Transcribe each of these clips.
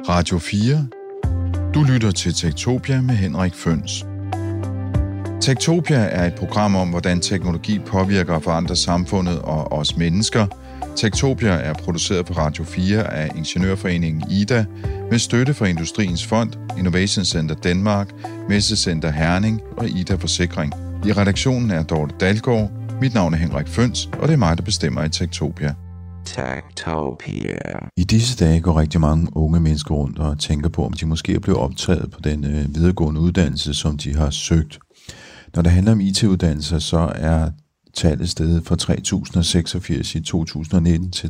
Radio 4. Du lytter til Techtopia med Henrik Føns. Techtopia er et program om, hvordan teknologi påvirker og forandrer samfundet og os mennesker. Techtopia er produceret på Radio 4 af Ingeniørforeningen IDA med støtte fra Industriens Fond, Innovation Center Danmark, Messecenter Herning og IDA Forsikring. I redaktionen er Dorte Dalgaard. Mit navn er Henrik Føns, og det er mig, der bestemmer i Techtopia. Techtopia. I disse dage går rigtig mange unge mennesker rundt og tænker på, om de måske er blevet optaget på den videregående uddannelse, som de har søgt. Når det handler om IT-uddannelser, så er tallet steget fra 3.086 i 2019 til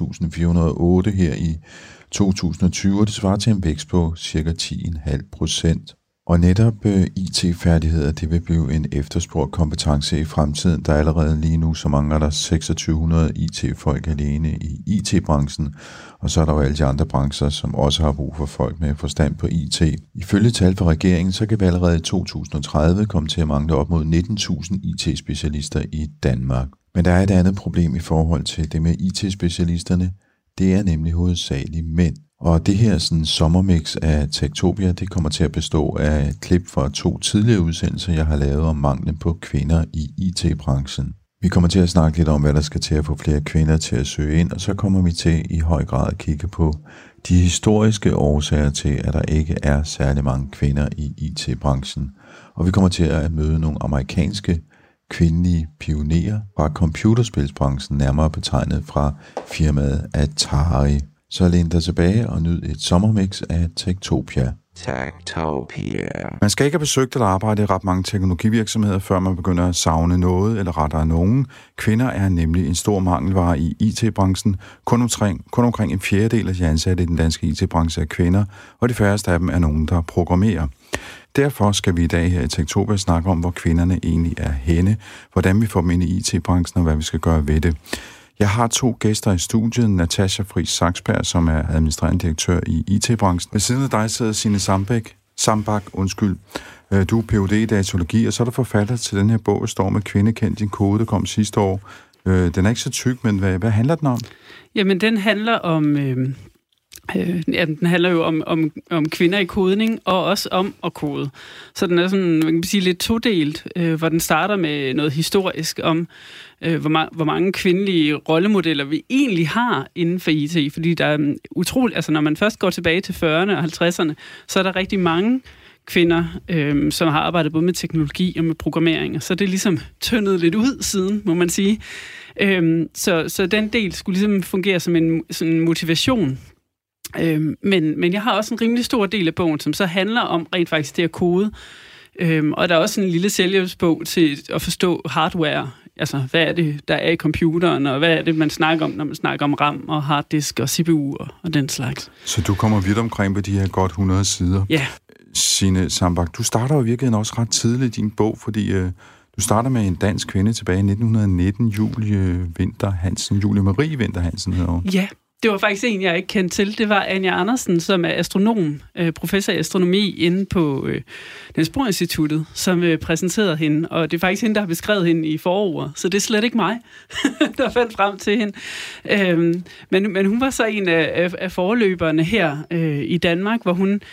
3.408 her i 2020, og det svarer til en vækst på ca. 10,5%. Og netop IT-færdigheder, det vil blive en efterspurgt kompetence i fremtiden. Der er allerede lige nu, så mangler der 2600 IT-folk alene i IT-branchen, og så er der jo alle de andre brancher, som også har brug for folk med forstand på IT. Ifølge tal fra regeringen, så kan vi allerede i 2030 komme til at mangle op mod 19.000 IT-specialister i Danmark. Men der er et andet problem i forhold til det med IT-specialisterne. Det er nemlig hovedsageligt mænd. Og det her sådan sommermix af Techtopia, det kommer til at bestå af et klip fra 2 tidligere udsendelser, jeg har lavet om manglen på kvinder i IT-branchen. Vi kommer til at snakke lidt om, hvad der skal til at få flere kvinder til at søge ind, og så kommer vi til i høj grad at kigge på de historiske årsager til, at der ikke er særlig mange kvinder i IT-branchen. Og vi kommer til at møde nogle amerikanske kvindelige pionerer fra computerspilsbranchen, nærmere betegnet fra firmaet Atari. Så læn dig tilbage og nyd et sommermix af Techtopia. Techtopia. Man skal ikke have besøgt eller arbejdet i ret mange teknologivirksomheder, før man begynder at savne noget eller rettere nogen. Kvinder er nemlig en stor mangelvare i IT-branchen. Kun omkring en fjerdedel af de ansatte i den danske IT-branche er kvinder, og de færreste af dem er nogen, der programmerer. Derfor skal vi i dag her i Techtopia snakke om, hvor kvinderne egentlig er henne, hvordan vi får dem ind i IT-branchen og hvad vi skal gøre ved det. Jeg har 2 gæster i studiet. Natasha Friis Saksberg, som er administrerende direktør i IT-branchen. Ved siden af dig sidder Signe Sambak. Du er Ph.D. i datalogi, og så er der forfatter til den her bog, der står med Kvinde kendt din kode, der kom sidste år. Den er ikke så tyk, men hvad handler den om? Jamen, den handler om... den handler jo om kvinder i kodning, og også om at kode. Så den er sådan, man kan sige, lidt todelt, hvor den starter med noget historisk om, hvor mange kvindelige rollemodeller vi egentlig har inden for IT. Fordi der er utroligt, altså når man først går tilbage til 40'erne og 50'erne, så er der rigtig mange kvinder, som har arbejdet både med teknologi og med programmering. Så det er ligesom tyndet lidt ud siden, må man sige. Så den del skulle ligesom fungere som en motivation. Men jeg har også en rimelig stor del af bogen, som så handler om rent faktisk det at kode. Og der er også en lille selvhjælpsbog til at forstå hardware. Altså, hvad er det, der er i computeren, og hvad er det, man snakker om, når man snakker om RAM og harddisk og CPU og den slags. Så du kommer vidt omkring på de her godt 100 sider. Ja. Signe Sambak, du starter jo i virkeligheden også ret tidligt i din bog, fordi du starter med en dansk kvinde tilbage i 1919, Julie Marie Winther Hansen hedder hun. Ja. Det var faktisk en, jeg ikke kendte til. Det var Anja Andersen, som er astronom, professor i astronomi inde på Niels Bohr Instituttet, som præsenterede hende. Og det er faktisk hende, der har beskrevet hende i forordet. Så det er slet ikke mig, der fandt frem til hende. Men hun var så en af forløberne her i Danmark, hvor hun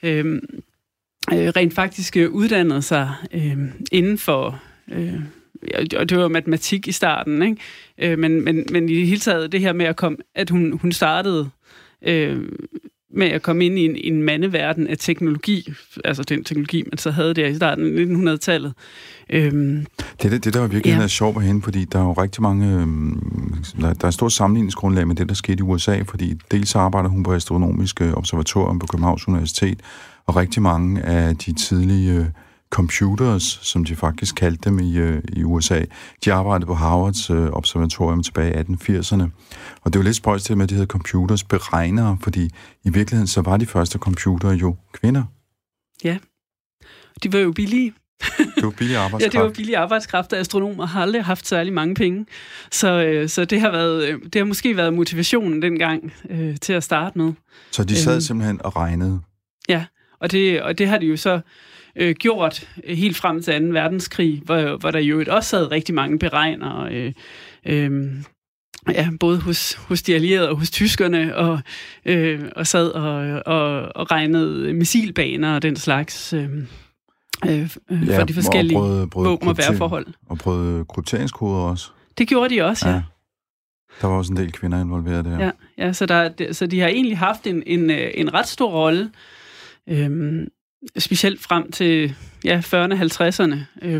rent faktisk uddannede sig inden for... og det var matematik i starten, ikke? Men i det hele taget det her med at hun startede med at komme ind i en mandeverden af teknologi, altså den teknologi, man så havde der i starten af 1900-tallet. Det der virkelig er sjovt på hende, fordi der er jo rigtig mange, der er stort sammenligningsgrundlag med det, der skete i USA, fordi dels arbejder hun på Astronomiske Observatorium på Københavns Universitet, og rigtig mange af de tidlige computers, som de faktisk kaldte dem i USA, de arbejdede på Harvards observatorium tilbage i 1880'erne. Og det var lidt spøjst til med, at det hedder computers beregnere, fordi i virkeligheden så var de første computere jo kvinder. Ja, de var jo billige. Det var billig arbejdskraft. Ja, det var billig arbejdskraft, og astronomer har aldrig haft særlig mange penge. Så det har måske været motivationen dengang til at starte med. Så de sad simpelthen og regnede? Ja, og det har de jo så gjort helt frem til 2. verdenskrig, hvor der jo også sad rigtig mange beregnere både hos de allierede og hos tyskerne, og sad og regnede missilbaner og den slags for de forskellige våben og vejrforhold. Og prøvede krypteringskoder også. Det gjorde de også, ja. Der var også en del kvinder involveret der. Ja, så de har egentlig haft en ret stor rolle, specielt frem til 40'erne, 50'erne.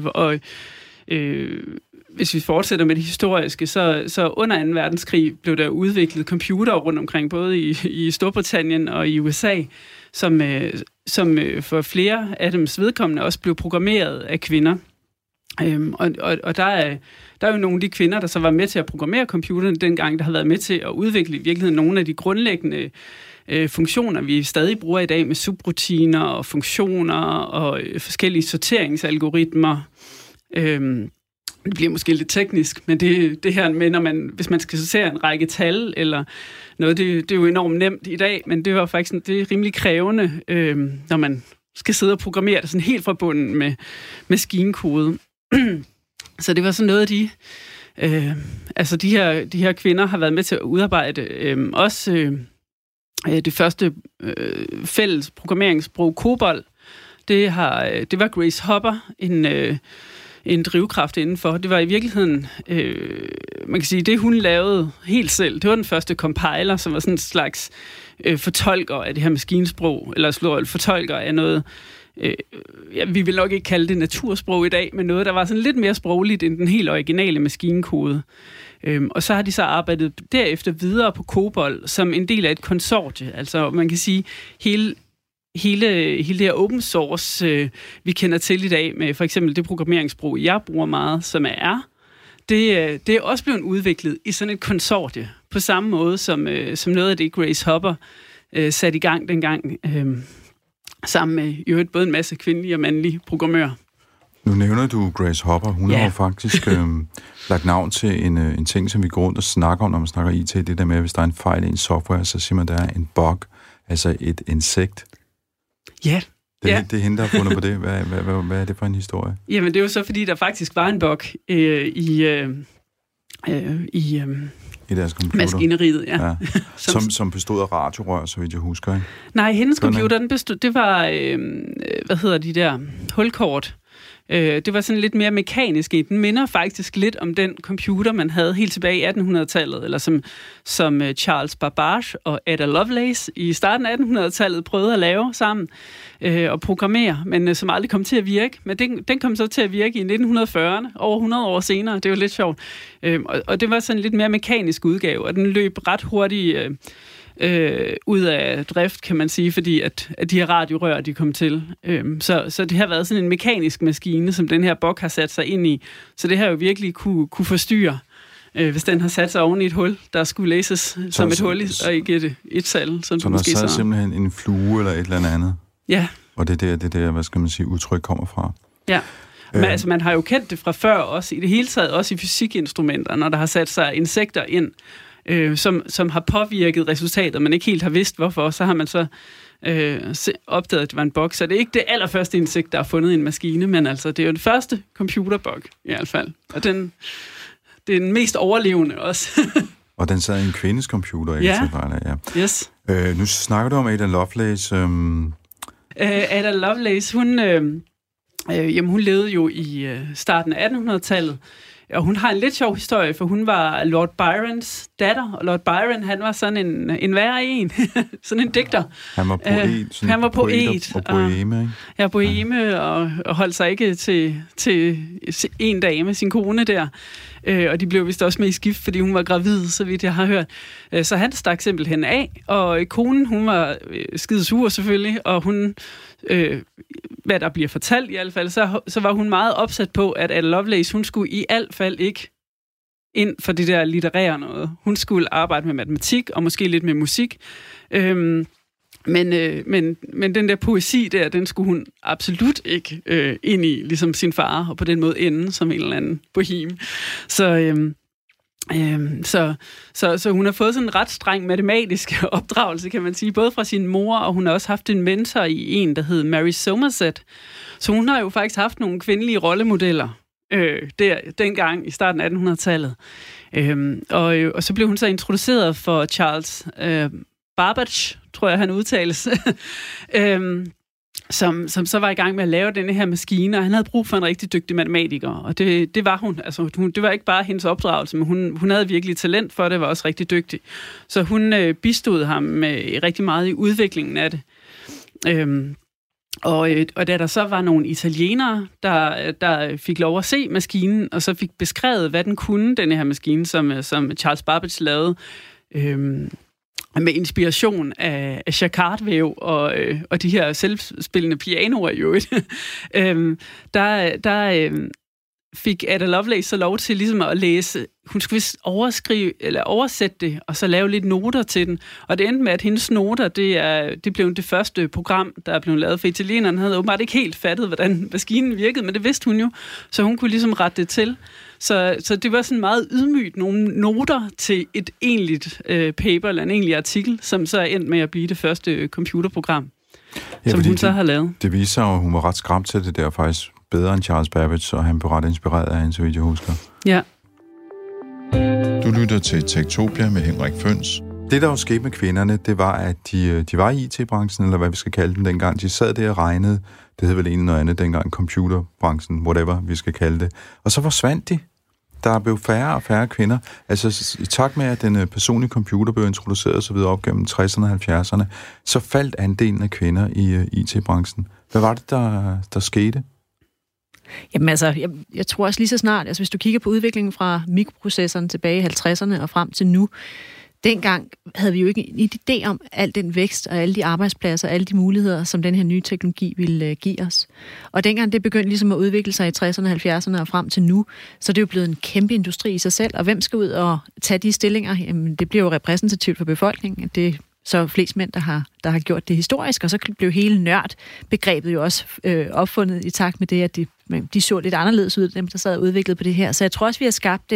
Hvis vi fortsætter med det historiske, så under 2. verdenskrig blev der udviklet computere rundt omkring, både i Storbritannien og i USA, som for flere af dems vedkommende også blev programmeret af kvinder. Og der er jo nogle af de kvinder, der så var med til at programmere computerne dengang, der har været med til at udvikle i virkeligheden nogle af de grundlæggende funktioner, vi stadig bruger i dag med subrutiner og funktioner og forskellige sorteringsalgoritmer. Det bliver måske lidt teknisk, men det her med, hvis man skal sortere en række tal eller noget, det er jo enormt nemt i dag, men det var faktisk det er rimelig krævende, når man skal sidde og programmere det sådan helt fra bunden med maskinkode. Så det var sådan noget af de her kvinder har været med til at udarbejde også det første fælles programmeringssprog COBOL. Det var Grace Hopper, en drivkraft indenfor. Det var i virkeligheden, man kan sige, det hun lavede helt selv. Det var den første compiler, som var sådan en slags fortolker af det her maskinsprog, eller fortolker af noget, vi vil nok ikke kalde det natursprog i dag, men noget, der var sådan lidt mere sprogligt end den helt originale maskinkode. Og så har de så arbejdet derefter videre på COBOL som en del af et konsortie. Altså man kan sige, hele det her open source, vi kender til i dag, med for eksempel det programmeringssprog, jeg bruger meget, som er det er også blevet udviklet i sådan et konsortie, på samme måde som noget af det, Grace Hopper satte i gang dengang, sammen med både en masse kvindelige og mandlige programmører. Nu nævner du Grace Hopper. Hun har jo faktisk lagt navn til en ting, som vi går rundt og snakker om, når man snakker IT. Det der med, at hvis der er en fejl i en software, så siger man, der er en bug, altså et insekt. Ja. Det er hende, der har fundet på det. Hvad er det for en historie? Jamen, det er jo så, fordi der faktisk var en bug i deres computer. Maskineriet, ja. Som bestod af radiorør, så vidt jeg husker, ikke? Nej, hendes computer, den bestod, det var, de der hulkort. Det var sådan lidt mere mekanisk. Den minder faktisk lidt om den computer, man havde helt tilbage i 1800-tallet, eller som Charles Babbage og Ada Lovelace i starten af 1800-tallet prøvede at lave sammen og programmere, men som aldrig kom til at virke. Men den kom så til at virke i 1940'erne, over 100 år senere. Det var lidt sjovt. Og det var sådan en lidt mere mekanisk udgave, og den løb ret hurtigt ud af drift, kan man sige, fordi at de her radiorør, de kom til. Så det har været sådan en mekanisk maskine, som den her bug har sat sig ind i. Så det har jo virkelig kunne forstyrre, hvis den har sat sig oven i et hul, der skulle læses som et hul, og ikke et tal. Så der sad simpelthen en flue eller et eller andet? Ja. Og det der, hvad skal man sige, udtryk kommer fra? Ja. Men altså, man har jo kendt det fra før, også i det hele taget, også i fysikinstrumenter, når der har sat sig insekter ind, som har påvirket resultatet, man ikke helt har vidst hvorfor, så har man så opdaget, at det var en bug. Så det er ikke det allerførste insekt, der er fundet i en maskine, men altså, det er jo den første computerbug i hvert fald. Og det er den mest overlevende også. Og den sad i en kvindes computer, ikke? Ja. Yes. Nu snakker du om Ada Lovelace. Ada Lovelace, hun levede jo i starten af 1800-tallet, og hun har en lidt sjov historie, for hun var Lord Byrons datter, og Lord Byron, han var sådan en værre en, sådan en digter. Han var poet. Og boheme, ikke? Ja, boheme, og holdt sig ikke til en dag med sin kone der. Og de blev vist også med i skift, fordi hun var gravid, så vidt jeg har hørt. Så han stak simpelthen af, og konen, hun var skidesur selvfølgelig, og hun, hvad der bliver fortalt i hvert fald, så var hun meget opsat på, at Ada Lovelace, hun skulle i alt fald ikke ind for det der litterære noget. Hun skulle arbejde med matematik, og måske lidt med musik. Men den der poesi der, den skulle hun absolut ikke ind i, ligesom sin far, og på den måde ende som en eller anden boheme. Så hun har fået sådan en ret streng matematisk opdragelse, kan man sige, både fra sin mor, og hun har også haft en mentor i en, der hed Mary Somerset. Så hun har jo faktisk haft nogle kvindelige rollemodeller dengang i starten af 1800-tallet. Og så blev hun så introduceret for Charles Babbage, tror jeg, han udtales, som så var i gang med at lave denne her maskine, og han havde brug for en rigtig dygtig matematiker, og det var hun. Altså, det var ikke bare hendes opdragelse, men hun havde virkelig talent for det, var også rigtig dygtig. Så hun bistod ham med rigtig meget i udviklingen af det. Og da der så var nogle italienere, der fik lov at se maskinen, og så fik beskrevet, hvad den kunne, denne her maskine, som Charles Babbage lavede, med inspiration af jacquardvæv og de her selvspillende pianoer i øvrigt, der fik Ada Lovelace så lov til ligesom at læse. Hun skulle vist oversætte det, og så lave lidt noter til den. Og det endte med, at hendes noter, det blev det første program, der blev lavet for italienerne. Han havde åbenbart ikke helt fattet, hvordan maskinen virkede, men det vidste hun jo. Så hun kunne ligesom rette det til. Så det var sådan meget ydmygt nogle noter til et egentligt paper, eller en egentlig artikel, som så er endt med at blive det første computerprogram, som hun så har lavet. Det viser sig, at hun var ret skræmt til det der, faktisk bedre end Charles Babbage, og han blev ret inspireret af hende, så vidt jeg husker. Ja. Du lytter til Techtopia med Henrik Føns. Det, der jo skete med kvinderne, det var, at de var i IT-branchen, eller hvad vi skal kalde dem dengang. De sad der og regnede, det hed vel en eller andet dengang, computerbranchen, whatever vi skal kalde det. Og så forsvandt de. Der blev færre og færre kvinder. Altså i takt med, at den personlige computer blev introduceret og så videre op gennem 60'erne og 70'erne, så faldt andelen af kvinder i IT-branchen. Hvad var det, der skete? Jamen altså, jeg tror også lige så snart, altså hvis du kigger på udviklingen fra mikroprocessoren tilbage i 50'erne og frem til nu, dengang havde vi jo ikke en idé om al den vækst og alle de arbejdspladser og alle de muligheder, som den her nye teknologi ville give os. Og dengang det begyndte ligesom at udvikle sig i 60'erne, 70'erne og frem til nu, så det er jo blevet en kæmpe industri i sig selv. Og hvem skal ud og tage de stillinger? Jamen, det bliver jo repræsentativt for befolkningen. Det er så flest mænd, der har gjort det historisk, og så blev hele nørdbegrebet jo også opfundet i takt med det, at de så lidt anderledes ud, dem der sad og udviklede på det her. Så jeg tror også, vi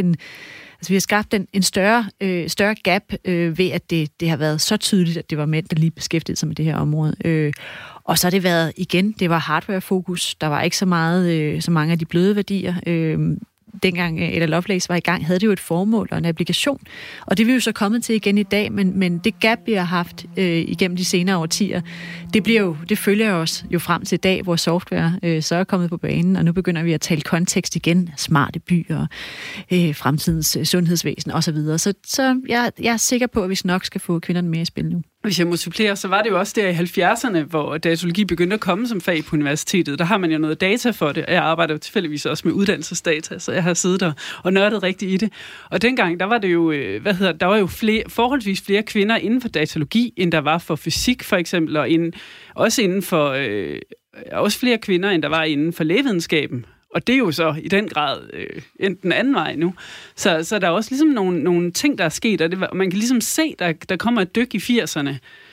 har skabt en større gap ved, at det har været så tydeligt, at det var mænd, der lige beskæftigede sig med det her område. Og så har det været, igen, det var hardware-fokus. Der var ikke så mange af de bløde værdier. Dengang Ada Lovelace var i gang, havde det jo et formål og en applikation. Og det er vi jo så kommet til igen i dag, men det gap, vi har haft igennem de senere årtier, det følger os jo frem til i dag, hvor software så er kommet på banen, og nu begynder vi at tale kontekst igen, smarte byer, fremtidens sundhedsvæsen osv. Så jeg er sikker på, at vi nok skal få kvinderne mere i spil nu. Hvis jeg må supplere, så var det jo også der i 70'erne, hvor datalogi begyndte at komme som fag på universitetet. Der har man jo noget data for det, og jeg arbejder jo tilfældigvis også med uddannelsesdata, så jeg har siddet der og nørdet rigtigt i det. Og dengang, der var det jo, der var jo forholdsvis flere kvinder inden for datalogi, end der var for fysik for eksempel, og også inden for, også flere kvinder, end der var inden for lægevidenskaben. Og det er jo så i den grad den anden vej nu. Så der er også ligesom nogle ting, der er sket, og man kan ligesom se, der kommer et dyk i 80'erne.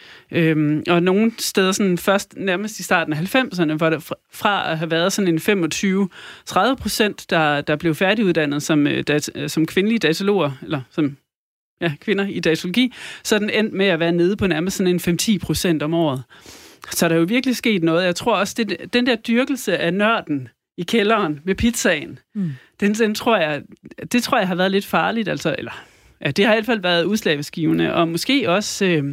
Og nogle steder sådan først nærmest i starten af 90'erne, hvor der fra at have været sådan en 25-30%, der blev færdiguddannet som kvindelige dataloger, eller som kvinder i datalogi, så den endte med at være nede på nærmest sådan en 5-10% om året. Så der er jo virkelig sket noget. Jeg tror også, den der dyrkelse af nørden i kælderen med pizzaen, den tror jeg har været lidt farligt, altså, eller det har i hvert fald været udslagsgivende, og måske også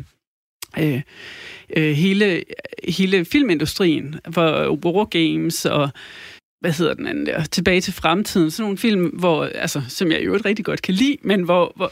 hele filmindustrien, for Wargames og Tilbage til fremtiden, sådan nogle film, hvor, altså, som jeg jo rigtig godt kan lide, men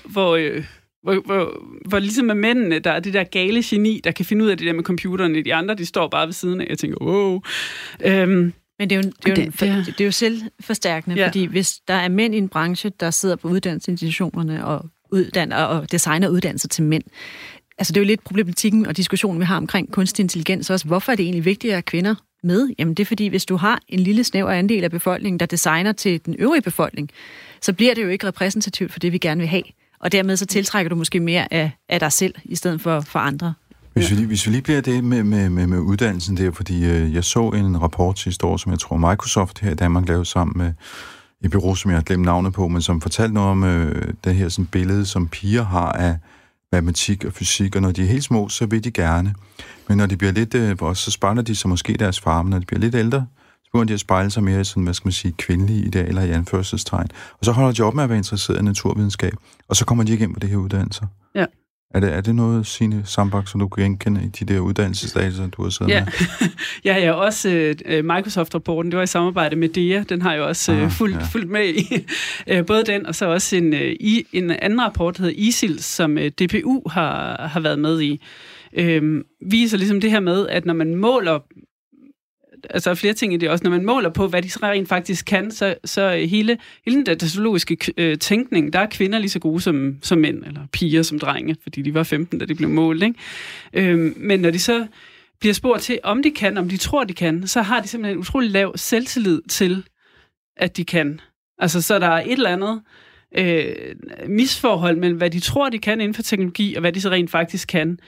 hvor ligesom er mændene, der er det der gale geni, der kan finde ud af det der med computerne, de andre, de står bare ved siden af, jeg tænker, wow. Men det er jo selvforstærkende, fordi hvis der er mænd i en branche, der sidder på uddannelsesinstitutionerne og designer uddannelser til mænd, altså det er jo lidt problematikken og diskussionen, vi har omkring kunstig intelligens også. Hvorfor er det egentlig vigtigt at have kvinder med? Jamen det er fordi, hvis du har en lille snæver andel af befolkningen, der designer til den øvrige befolkning, så bliver det jo ikke repræsentativt for det, vi gerne vil have. Og dermed så tiltrækker du måske mere af dig selv, i stedet for andre. Hvis vi lige bliver det med uddannelsen der, fordi jeg så en rapport sidste år, som jeg tror Microsoft her i Danmark lavede sammen med et bureau, som jeg har glemt navnet på, men som fortalte noget om det her sådan billede, som piger har af matematik og fysik, og når de er helt små, så vil de gerne. Men når de bliver lidt, så spejler de sig måske deres far, men når de bliver lidt ældre, Så begynder de at spejle sig mere i sådan, hvad skal man sige, kvindelige idealer i anførselstegn. Og så holder de op med at være interesseret i naturvidenskab, og så kommer de ikke ind på det her uddannelser. Ja. Er det noget, Signe Sambak, som du kan genkende i de der uddannelsesdata, du har siddet med? Ja, også Microsoft-rapporten, det var i samarbejde med DEA, den har jeg også fulgt med i. Både den, og så også en anden rapport, der hedder ISIL, som DPU har været med i. Viser ligesom det her med, at når man måler, altså flere ting i det også, når man måler på, hvad de rent faktisk kan, så hele den datalogiske tænkning, der er kvinder lige så gode som mænd, eller piger som drenge, fordi de var 15, da de blev målt, ikke? Men når de så bliver spurgt til, om de kan, om de tror, de kan, så har de simpelthen en utrolig lav selvtillid til, at de kan. Altså, så der er et eller andet misforhold mellem, hvad de tror, de kan inden for teknologi, og hvad de så rent faktisk kan.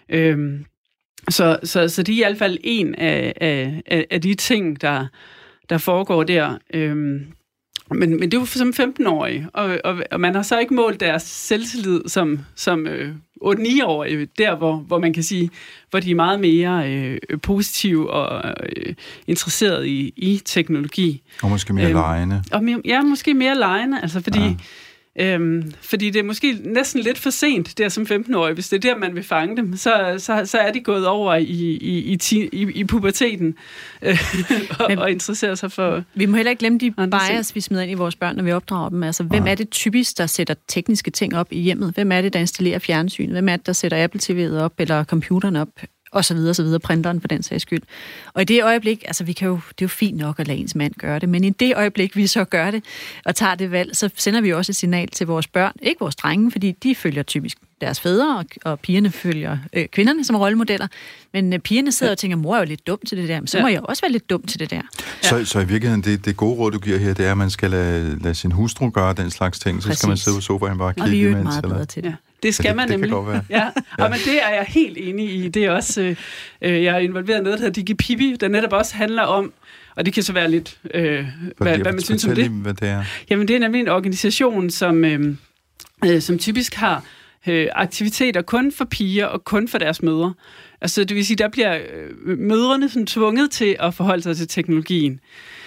Så det er i hvert fald en af de ting, der foregår der. Men det er jo som 15-årige, og man har så ikke målt deres selvtillid som 8-9-årige, der hvor man kan sige, hvor de er meget mere positive og interesseret i teknologi. Og måske mere legende. Ja, måske mere legende, altså fordi... Ja. Fordi det er måske næsten lidt for sent, der som 15-årige. Hvis det er der, man vil fange dem, så er de gået over i puberteten og interesserer sig for... Vi må heller ikke glemme de bias, vi smider ind i vores børn, når vi opdrager dem. Altså, hvem er det typisk, der sætter tekniske ting op i hjemmet? Hvem er det, der installerer fjernsynet? Hvem er det, der sætter Apple TV'et op, eller computeren op? Og så videre, printeren for den sags skyld. Og i det øjeblik, altså det er jo fint nok at lade ens mand gøre det, men i det øjeblik, vi så gør det og tager det valg, så sender vi også et signal til vores børn, ikke vores drenge, fordi de følger typisk deres fædre, og pigerne følger kvinderne som rollemodeller, men pigerne sidder og tænker, mor er jo lidt dum til det der, men så må jeg også være lidt dum til det der. Så i virkeligheden, det gode råd, du giver her, det er, at man skal lade sin hustru gøre den slags ting, så skal man sidde på sofaen bare og kigge imens. Og vi er jo meget bedre til det. Ja. Det skal man nemlig. Ja, men det er jeg helt enig i. Det er også, jeg er involveret i noget, der hedder DigiPipi, der netop også handler om, og det kan så være lidt, hvad man synes om det. Hvad det er. Jamen, det er nemlig en organisation, som typisk har aktiviteter kun for piger og kun for deres mødre. Altså, det vil sige, der bliver mødrene sådan tvunget til at forholde sig til teknologien.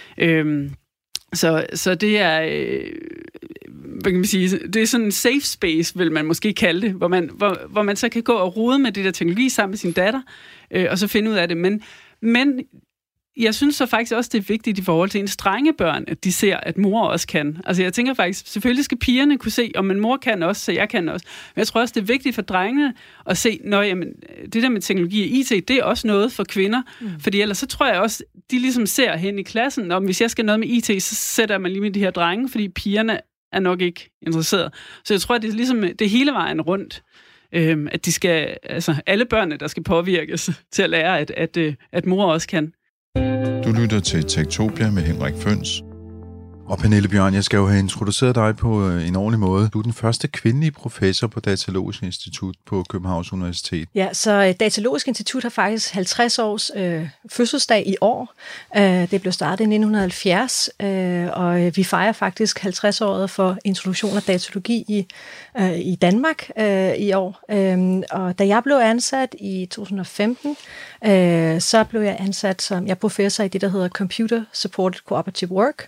Så det er, hvad kan man sige, det er sådan en safe space, vil man måske kalde det, hvor man så kan gå og rode med det der teknologi sammen med sin datter, og så finde ud af det. Men jeg synes så faktisk også, det er vigtigt i forhold til ens drengebørn, at de ser, at mor også kan. Altså jeg tænker faktisk, selvfølgelig skal pigerne kunne se, om en mor kan også, så jeg kan også. Men jeg tror også, det er vigtigt for drengene at se, jamen, det der med teknologi og IT, det er også noget for kvinder. Fordi ellers så tror jeg også, de ligesom ser hen i klassen, om hvis jeg skal noget med IT, så sætter man lige med de her drenge, fordi pigerne er nok ikke interesseret. Så jeg tror, det er ligesom det hele vejen rundt. At de skal, altså alle børnene, der skal påvirkes til at lære, at mor også kan. Du lytter til Techtopia med Henrik Føns. Og Pernille Bjørn, jeg skal jo have introduceret dig på en ordentlig måde. Du er den første kvindelige professor på Datalogisk Institut på Københavns Universitet. Ja, så Datalogisk Institut har faktisk 50 års fødselsdag i år. Det blev startet i 1970, og vi fejrer faktisk 50-året for introduktion af datalogi i Danmark i år. Og da jeg blev ansat i 2015, så blev jeg ansat som professor i det, der hedder Computer Supported Cooperative Work.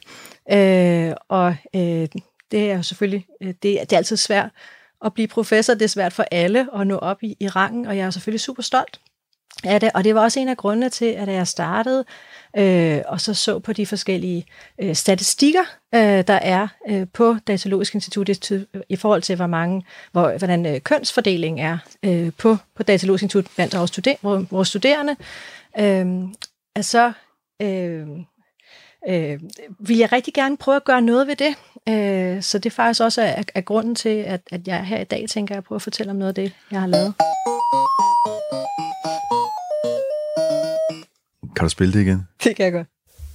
Det er jo selvfølgelig, det er altid svært at blive professor, det er svært for alle at nå op i rangen, og jeg er selvfølgelig super stolt af det, og det var også en af grundene til, at jeg startede, og så på de forskellige statistikker, der er på Datalogisk Institut i forhold til, hvordan kønsfordelingen er på Datalogisk Institut blandt vores studerende, vil jeg rigtig gerne prøve at gøre noget ved det. Så det er faktisk også er grunden til, at jeg her i dag tænker at prøve at fortælle om noget af det, jeg har lavet. Kan du spille det igen? Det kan jeg godt.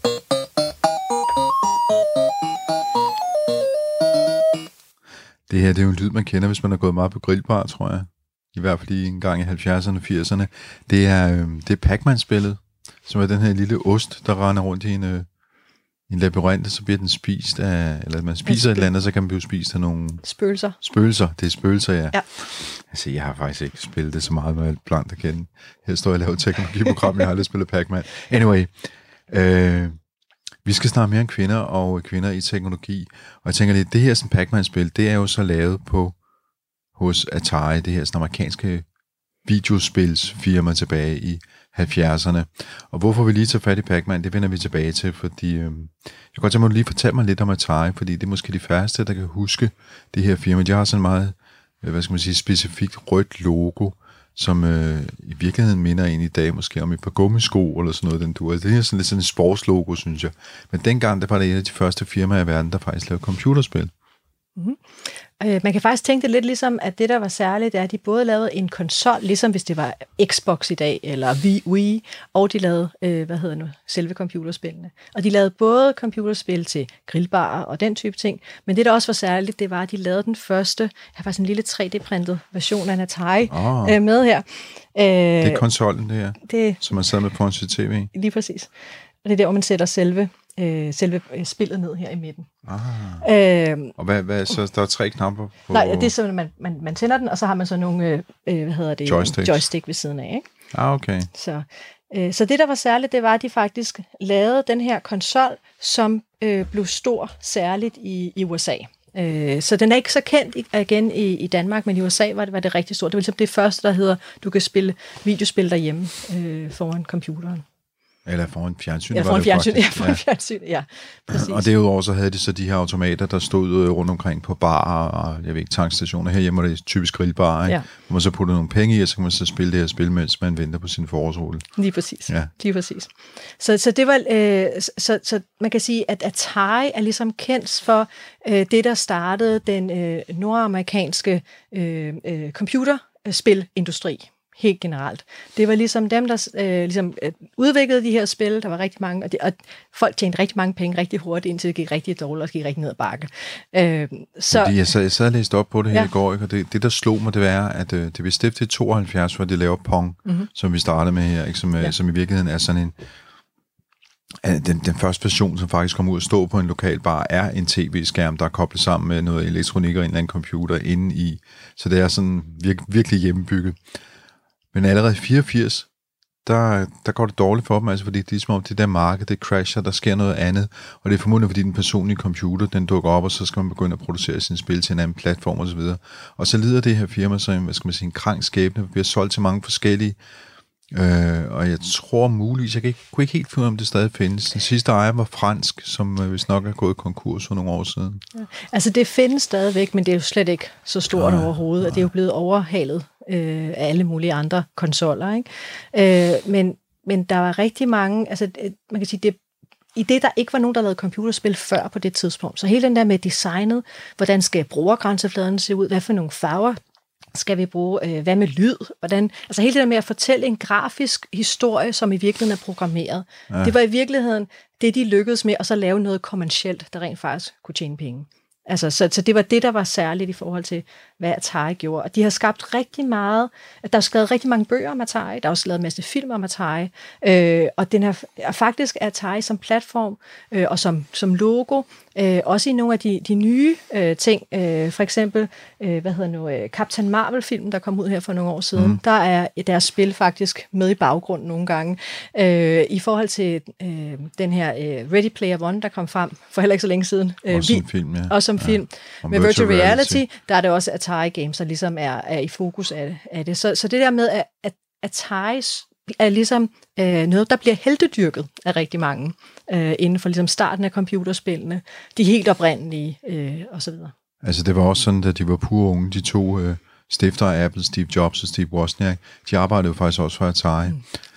Det her, det er jo en lyd, man kender, hvis man har gået meget på grillbar, tror jeg. I hvert fald en gang i 70'erne og 80'erne. Det er Pac-Man-spillet, som er den her lille ost, der render rundt i en labyrint, så bliver den spist af, eller man spiser et eller andet, så kan man blive spist af nogle... Spøgelser. Det er spøgelser, ja. Altså, jeg har faktisk ikke spillet det så meget med alt blandt at kende. Her står jeg og laver et teknologiprogram, jeg har aldrig spillet Pac-Man. Anyway, Vi skal snakke mere om kvinder og kvinder i teknologi. Og jeg tænker lidt, det her sådan Pac-Man-spil, det er jo så lavet hos Atari, det her sådan amerikanske videospilsfirma tilbage i 70'erne. Og hvorfor vi lige tager fat i Pac-Man, det vender vi tilbage til, fordi jeg kan godt tænke mig, at du lige fortælle mig lidt om Atari, fordi det er måske de færreste, der kan huske det her firma. De har sådan meget, specifikt rødt logo, som i virkeligheden minder en i dag måske om et par gummisko eller sådan noget, den duer. Det er sådan lidt sådan en sportslogo, synes jeg. Men dengang, der var det et af de første firmaer i verden, der faktisk lavede computerspil. Mm-hmm. Man kan faktisk tænke det lidt ligesom, at det, der var særligt, det er, at de både lavede en konsol, ligesom hvis det var Xbox i dag, eller Wii, og de lavede, selve computerspillene. Og de lavede både computerspil til grillbarer og den type ting, men det, der også var særligt, det var, at de lavede den første, jeg har faktisk en lille 3D-printet version af en Atari med her. Det er konsollen, det her, som man sad med på en tv. Lige præcis. Og det er der, hvor man sætter selve spillet ned her i midten. Og hvad så der er 3 knapper på? Nej, det er sådan, man tænder den, og så har man så nogle joystick ved siden af, ikke? Okay. Så det, der var særligt, det var, at de faktisk lavede den her konsol, som blev stor særligt i USA. Så den er ikke så kendt igen i Danmark, men i USA var det rigtig stort. Det var ligesom det første, der hedder, du kan spille videospil derhjemme foran computeren. Eller foran fjernsyn. Fjernsyn, ja. Præcis. Og derudover så havde de så de her automater, der stod rundt omkring på barer og jeg ved ikke, tankstationer. Herhjemme var det typisk grillbarer, hvor man så putter nogle penge i, og så kan man så spille det her spil, mens man venter på sin forårsrulle. Lige præcis. Ja. Lige præcis. Så det var, så man kan sige, at Atari er ligesom kendt for det, der startede den nordamerikanske computerspilindustri. Helt generelt. Det var ligesom dem, der udviklede de her spil. Der var rigtig mange, og folk tjente rigtig mange penge rigtig hurtigt, indtil det gik rigtig dårligt og gik rigtig ned ad bakke. Jeg sad og læste op på det her i går, ikke? Og det der slog mig, det var, at det blev stiftet i 92, hvor de laver Pong, som vi startede med her, ikke? Som i virkeligheden er sådan en... Den første version, som faktisk kommer ud og stå på en lokal bar, er en tv-skærm, der er koblet sammen med noget elektronik og en eller anden computer inde i. Så det er sådan virkelig hjemmebygget. Men allerede i 84, der går det dårligt for dem, altså fordi det er som om det der marked, det crasher, der sker noget andet, og det er formodentlig fordi den personlige computer, den dukker op, og så skal man begynde at producere sin spil til en anden platform osv. Og så lider det her firma så en krank skæbne, vi har solgt til mange forskellige, og jeg tror muligvis, kunne ikke helt finde ud af, om det stadig findes. Den sidste ejer var fransk, som vist nok er gået konkurs for nogle år siden. Ja. Altså det findes stadigvæk, men det er jo slet ikke så stort overhovedet, og det er jo blevet overhalet af alle mulige andre konsoller, ikke? Men der var rigtig mange, altså man kan sige, i det, der ikke var nogen, der lavede computerspil før på det tidspunkt. Så hele den der med designet, hvordan skal brugergrænsefladen se ud, hvad for nogle farver skal vi bruge, hvad med lyd, hvordan, altså hele det der med at fortælle en grafisk historie, som i virkeligheden er programmeret. Ja. Det var i virkeligheden det, de lykkedes med, og så lave noget kommercielt, der rent faktisk kunne tjene penge. Altså, så det var det, der var særligt i forhold til, hvad Atari gjorde. Og de har skabt rigtig meget, der er skrevet rigtig mange bøger om Atari, der er også lavet en masse film om Atari, og den er faktisk Atari som platform og som logo, også i nogle af de nye ting, for eksempel, Captain Marvel-filmen, der kom ud her for nogle år siden, der er deres spil faktisk med i baggrunden nogle gange. I forhold til den her Ready Player One, der kom frem for heller ikke så længe siden. Også som film, ja. Også som film. Med Virtual Reality, der er det også Atari Games, der ligesom er i fokus af det. Så det der med, at Atari er ligesom noget, der bliver heltedyrket af rigtig mange inden for ligesom starten af computerspillene, de helt oprindelige osv. Altså det var også sådan, da de var pure unge, de to stiftere af Apple, Steve Jobs og Steve Wozniak, de arbejdede jo faktisk også for Atari.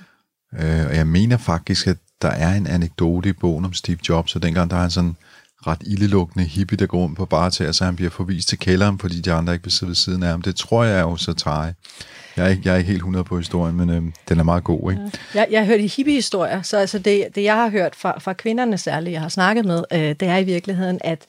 Og jeg mener faktisk, at der er en anekdote i bogen om Steve Jobs, og dengang der er han sådan ret ildelukkende hippie, der går rundt på barter, så han bliver forvist til kælderen, fordi de andre ikke vil sidde ved siden af ham. Det tror jeg er jo så Atari. Jeg er ikke helt 100 på historien, men den er meget god, ikke? Jeg har hørt hippie-historier, så altså det jeg har hørt fra kvinderne særligt, jeg har snakket med, det er i virkeligheden, at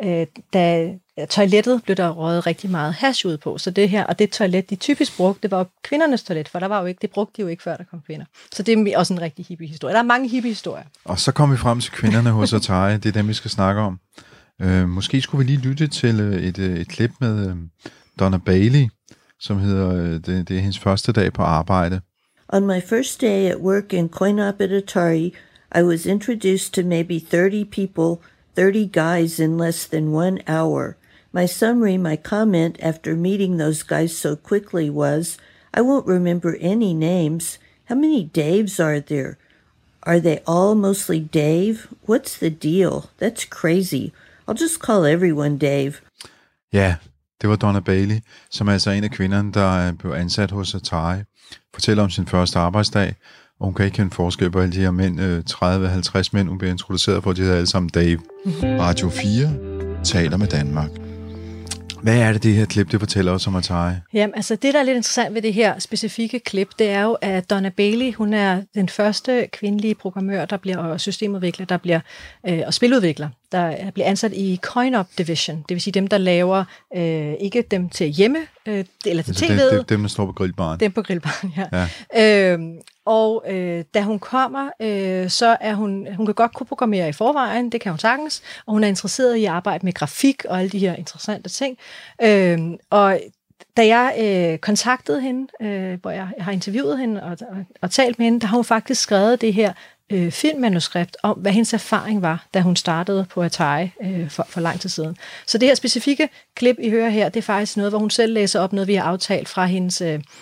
da toilettet blev der røget rigtig meget hash ud på, så det her, og det toilet, de typisk brugte, det var kvindernes toilet, for der var jo ikke, det brugte de jo ikke, før der kom kvinder. Så det er også en rigtig hippie-historie. Der er mange hippie-historier. Og så kom vi frem til kvinderne hos Atari, det er dem, vi skal snakke om. Måske skulle vi lige lytte til et klip med Donna Bailey, som hedder, det er hendes første dag på arbejde. On my first day at work in Coin-Op at Atari, I was introduced to maybe 30 people, 30 guys in less than 1 hour. My summary, my comment after meeting those guys so quickly was, I won't remember any names. How many Daves are there? Are they all mostly Dave? What's the deal? That's crazy. I'll just call everyone Dave. Ja, det var Donna Bailey, som er altså en af kvinderne, der blev ansat hos Atari, fortæller om sin første arbejdsdag, og hun kan ikke kende forskel på alle de her mænd, 30-50 mænd, hun bliver introduceret for, de hedder alle sammen Dave. Radio 4 taler med Danmark. Hvad er det her klip, det fortæller os om Atari? Jamen, altså det, der er lidt interessant ved det her specifikke klip, det er jo, at Donna Bailey, hun er den første kvindelige programmør, der bliver, og systemudvikler, der bliver, og spiludvikler, der bliver ansat i Coin-Up Division. Det vil sige dem, der laver, ikke dem til hjemme, eller til tv'et. Dem, der står på grillbaren. Dem på grillbaren, ja. Da hun kommer, så er hun kan godt kunne programmere i forvejen, det kan hun sagtens, og hun er interesseret i at arbejde med grafik og alle de her interessante ting. Og da jeg kontaktede hende, hvor jeg har interviewet hende og talt med hende, der har hun faktisk skrevet det her filmmanuskript om, hvad hendes erfaring var, da hun startede på Atari for lang tid siden. Så det her specifikke klip, I hører her, det er faktisk noget, hvor hun selv læser op noget, vi har aftalt fra hendes,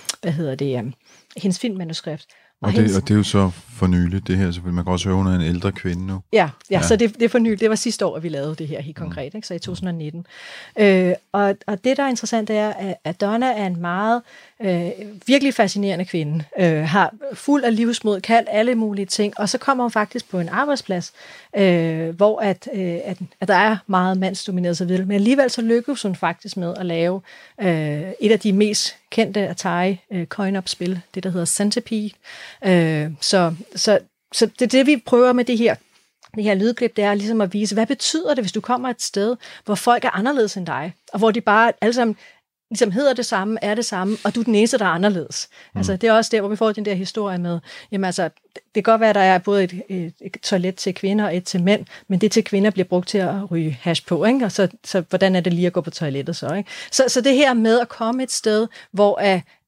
hendes filmmanuskript. Og det er jo så for nyligt, det her, så man kan også høre, hun er en ældre kvinde nu. Ja. Så det er for nyligt. Det var sidste år, at vi lavede det her helt konkret, ikke? Så i 2019. Og det, der er interessant, det er, at Donna er en meget virkelig fascinerende kvinde. Har fuld af livsmod, kan alle mulige ting, og så kommer hun faktisk på en arbejdsplads, hvor at der er meget mandsdomineret så videre. Men alligevel så lykkes hun faktisk med at lave et af de mest kendte Atari coin-up-spil, det der hedder Centipede. Så det er det, vi prøver med det her lydklip, det er ligesom at vise, hvad betyder det, hvis du kommer et sted, hvor folk er anderledes end dig, og hvor de bare alle sammen ligesom hedder det samme, er det samme, og du er den eneste, der er anderledes. Altså, det er også der, hvor vi får den der historie med, jamen altså, det kan godt være, at der er både et toilet til kvinder og et til mænd, men det til kvinder bliver brugt til at ryge hash på, ikke? Og så hvordan er det lige at gå på toilettet så, ikke? Så det her med at komme et sted, hvor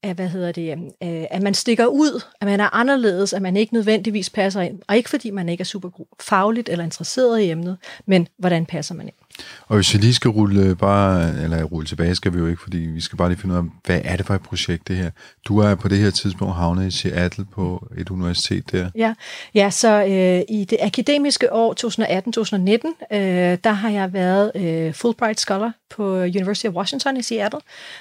at man stikker ud, at man er anderledes, at man ikke nødvendigvis passer ind, og ikke fordi man ikke er super fagligt eller interesseret i emnet, men hvordan passer man ind? Og hvis vi lige skal rulle tilbage, skal vi jo ikke, fordi vi skal bare lige finde ud af, hvad er det for et projekt, det her? Du er på det her tidspunkt havnet i Seattle på et universitet der. Ja, så i det akademiske år 2018-2019, der har jeg været Fulbright Scholar på University of Washington i Seattle.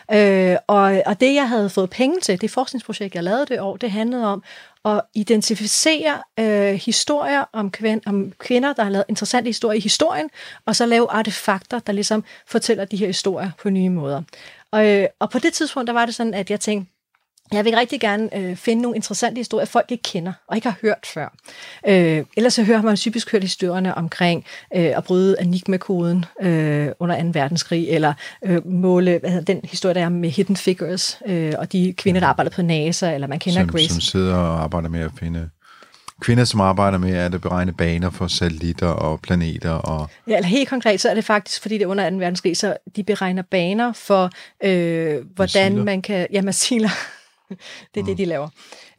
Og det, jeg havde fået penge til, det forskningsprojekt, jeg lavede det år, det handlede om at identificere historier om kvinder, der har lavet interessante historier i historien, og så lave artefakter, der ligesom fortæller de her historier på nye måder. Og på det tidspunkt, der var det sådan, at jeg tænkte, jeg vil rigtig gerne finde nogle interessante historier, folk ikke kender og ikke har hørt før. Ellers så hører man typisk hørt historierne omkring at bryde enigma-koden under 2. verdenskrig, eller måle den historie, der er med Hidden Figures, og de kvinder, der arbejder på NASA, eller man kender Grace. Som sidder og arbejder med at finde... Kvinder, som arbejder med at beregne baner for satellitter og planeter. Og ja, eller helt konkret, så er det faktisk, fordi det er under 2. verdenskrig, så de beregner baner for, hvordan missiler. Man kan... Ja, missiler. Det er det, de laver.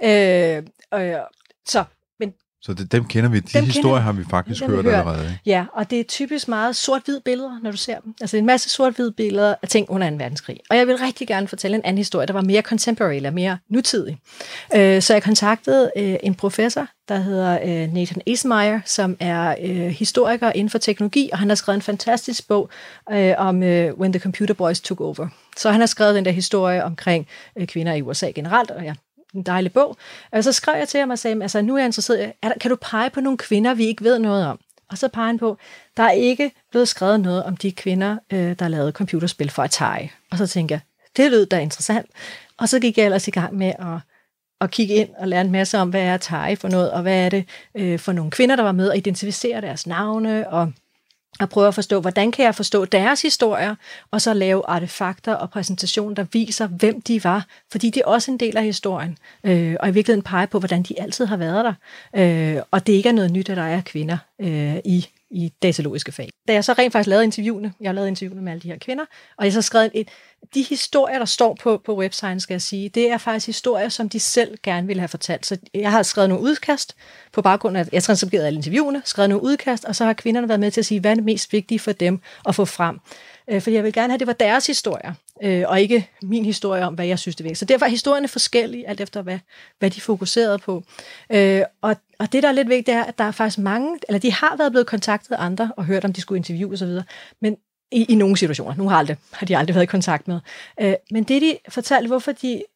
Så dem kender vi. De historier har vi faktisk hørt allerede. Ja, og det er typisk meget sort-hvid billeder, når du ser dem. Altså en masse sort-hvid billeder af ting under 2. verdenskrig. Og jeg vil rigtig gerne fortælle en anden historie, der var mere contemporary, eller mere nutidig. Så jeg kontaktede en professor, der hedder Nathan Esenmeyer, som er historiker inden for teknologi, og han har skrevet en fantastisk bog om When the Computer Boys Took Over. Så han har skrevet den der historie omkring kvinder i USA generelt, og en dejlig bog. Og så skrev jeg til ham og sagde, altså nu er jeg interesseret, kan du pege på nogle kvinder, vi ikke ved noget om? Og så peger han på, der er ikke blevet skrevet noget om de kvinder, der lavede computerspil for Atari. Og så tænkte jeg, det lød da interessant. Og så gik jeg ellers i gang med at kigge ind og lære en masse om, hvad er Atari for noget, og hvad er det for nogle kvinder, der var med, og identificere deres navne, og prøve at forstå, hvordan kan jeg forstå deres historier, og så lave artefakter og præsentation, der viser, hvem de var, fordi det er også en del af historien, og i virkeligheden pege på, hvordan de altid har været der, og det ikke er noget nyt, at der er kvinder i datalogiske fag. Da jeg så rent faktisk lavede interviewene, jeg har lavet interviewene med alle de her kvinder, og jeg så skrev de historier, der står på websiden, skal jeg sige, det er faktisk historier, som de selv gerne ville have fortalt. Så jeg har skrevet nogle udkast på baggrund af, jeg transskriberede alle interviewene, skrevet nogle udkast, og så har kvinderne været med til at sige, hvad er det mest vigtige for dem at få frem. Fordi jeg vil gerne have, at det var deres historier, og ikke min historie om, hvad jeg synes det er vigtigt. Så derfor er historierne forskellige, alt efter hvad de fokuserede på. Og det, der er lidt vigtigt, er, at der er faktisk mange, eller de har været blevet kontaktet af andre, og hørt om, de skulle interviewe osv., men i nogle situationer. Nu har de aldrig været i kontakt med. Men det, de fortalte, hvorfor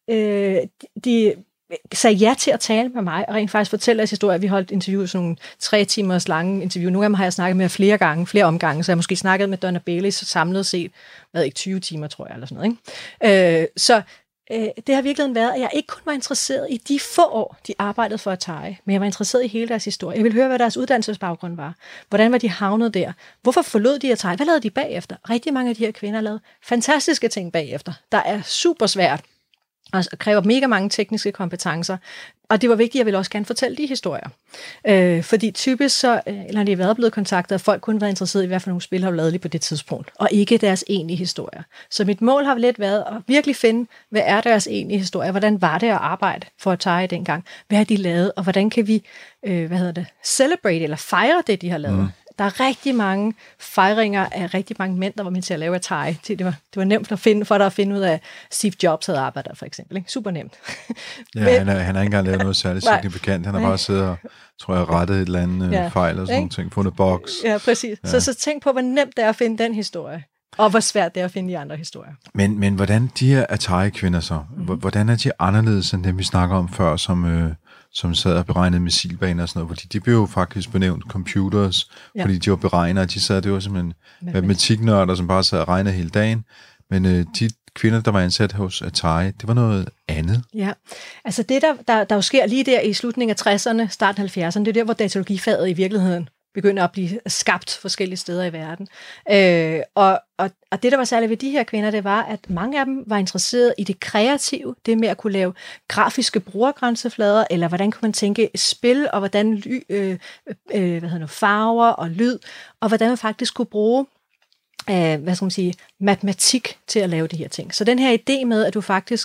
de sagde ja til at tale med mig, og rent faktisk fortælle deres historie. Vi holdt interview, sådan nogle 3 timers lange interview. Nogle af dem har jeg snakket med flere omgange, så jeg har måske snakket med Donna Bailey, så samlet set, 20 timer, tror jeg, eller sådan noget. Ikke? Det har virkelig været, at jeg ikke kun var interesseret i de få år, de arbejdede for Atari, men jeg var interesseret i hele deres historie. Jeg ville høre, hvad deres uddannelsesbaggrund var. Hvordan var de havnet der? Hvorfor forlod de Atari? Hvad lavede de bagefter? Rigtig mange af de her kvinder lavede fantastiske ting bagefter. Der er super svært og kræver mega mange tekniske kompetencer. Og det var vigtigt, at jeg ville også gerne fortælle de historier. Fordi typisk så, eller de har været blevet kontaktet, at folk kun var interesseret i, hvad for nogle spil har lavet lige på det tidspunkt, og ikke deres egentlige historier. Så mit mål har lidt været at virkelig finde, hvad er deres egentlige historie? Hvordan var det at arbejde for Atari dengang? Hvad har de lavet? Og hvordan kan vi, celebrate eller fejre det, de har lavet? Der er rigtig mange fejringer af rigtig mange mænd, der var med til at lave Atari. Det var nemt for dig at finde ud af, Steve Jobs havde arbejdet der, for eksempel. Ikke? Super nemt. Ja, han har ikke engang lavet noget særligt signifikant. Han har bare siddet og, tror jeg, rettet et eller andet fejl og sådan nogle ting. Fundet boks. Ja, præcis. Ja. Så tænk på, hvor nemt det er at finde den historie. Og hvor svært det er at finde de andre historier. Men hvordan de her Atari-kvinder så, hvordan er de anderledes end dem, vi snakker om før, som sad og beregnede missilbaner og sådan noget, fordi de blev jo faktisk benævnt computers, fordi de var beregnere, det var simpelthen matematiknørder, som bare sad og regnede hele dagen, men de kvinder, der var ansat hos Atari, det var noget andet. Ja, altså det, der jo sker lige der i slutningen af 60'erne, starten af 70'erne, det er der, hvor datalogifaget i virkeligheden begynder at blive skabt forskellige steder i verden. Og det, der var særligt ved de her kvinder, det var, at mange af dem var interesseret i det kreative, det med at kunne lave grafiske brugergrænseflader, eller hvordan kunne man tænke spil, og hvordan farver og lyd, og hvordan man faktisk kunne bruge matematik til at lave de her ting. Så den her idé med, at du faktisk,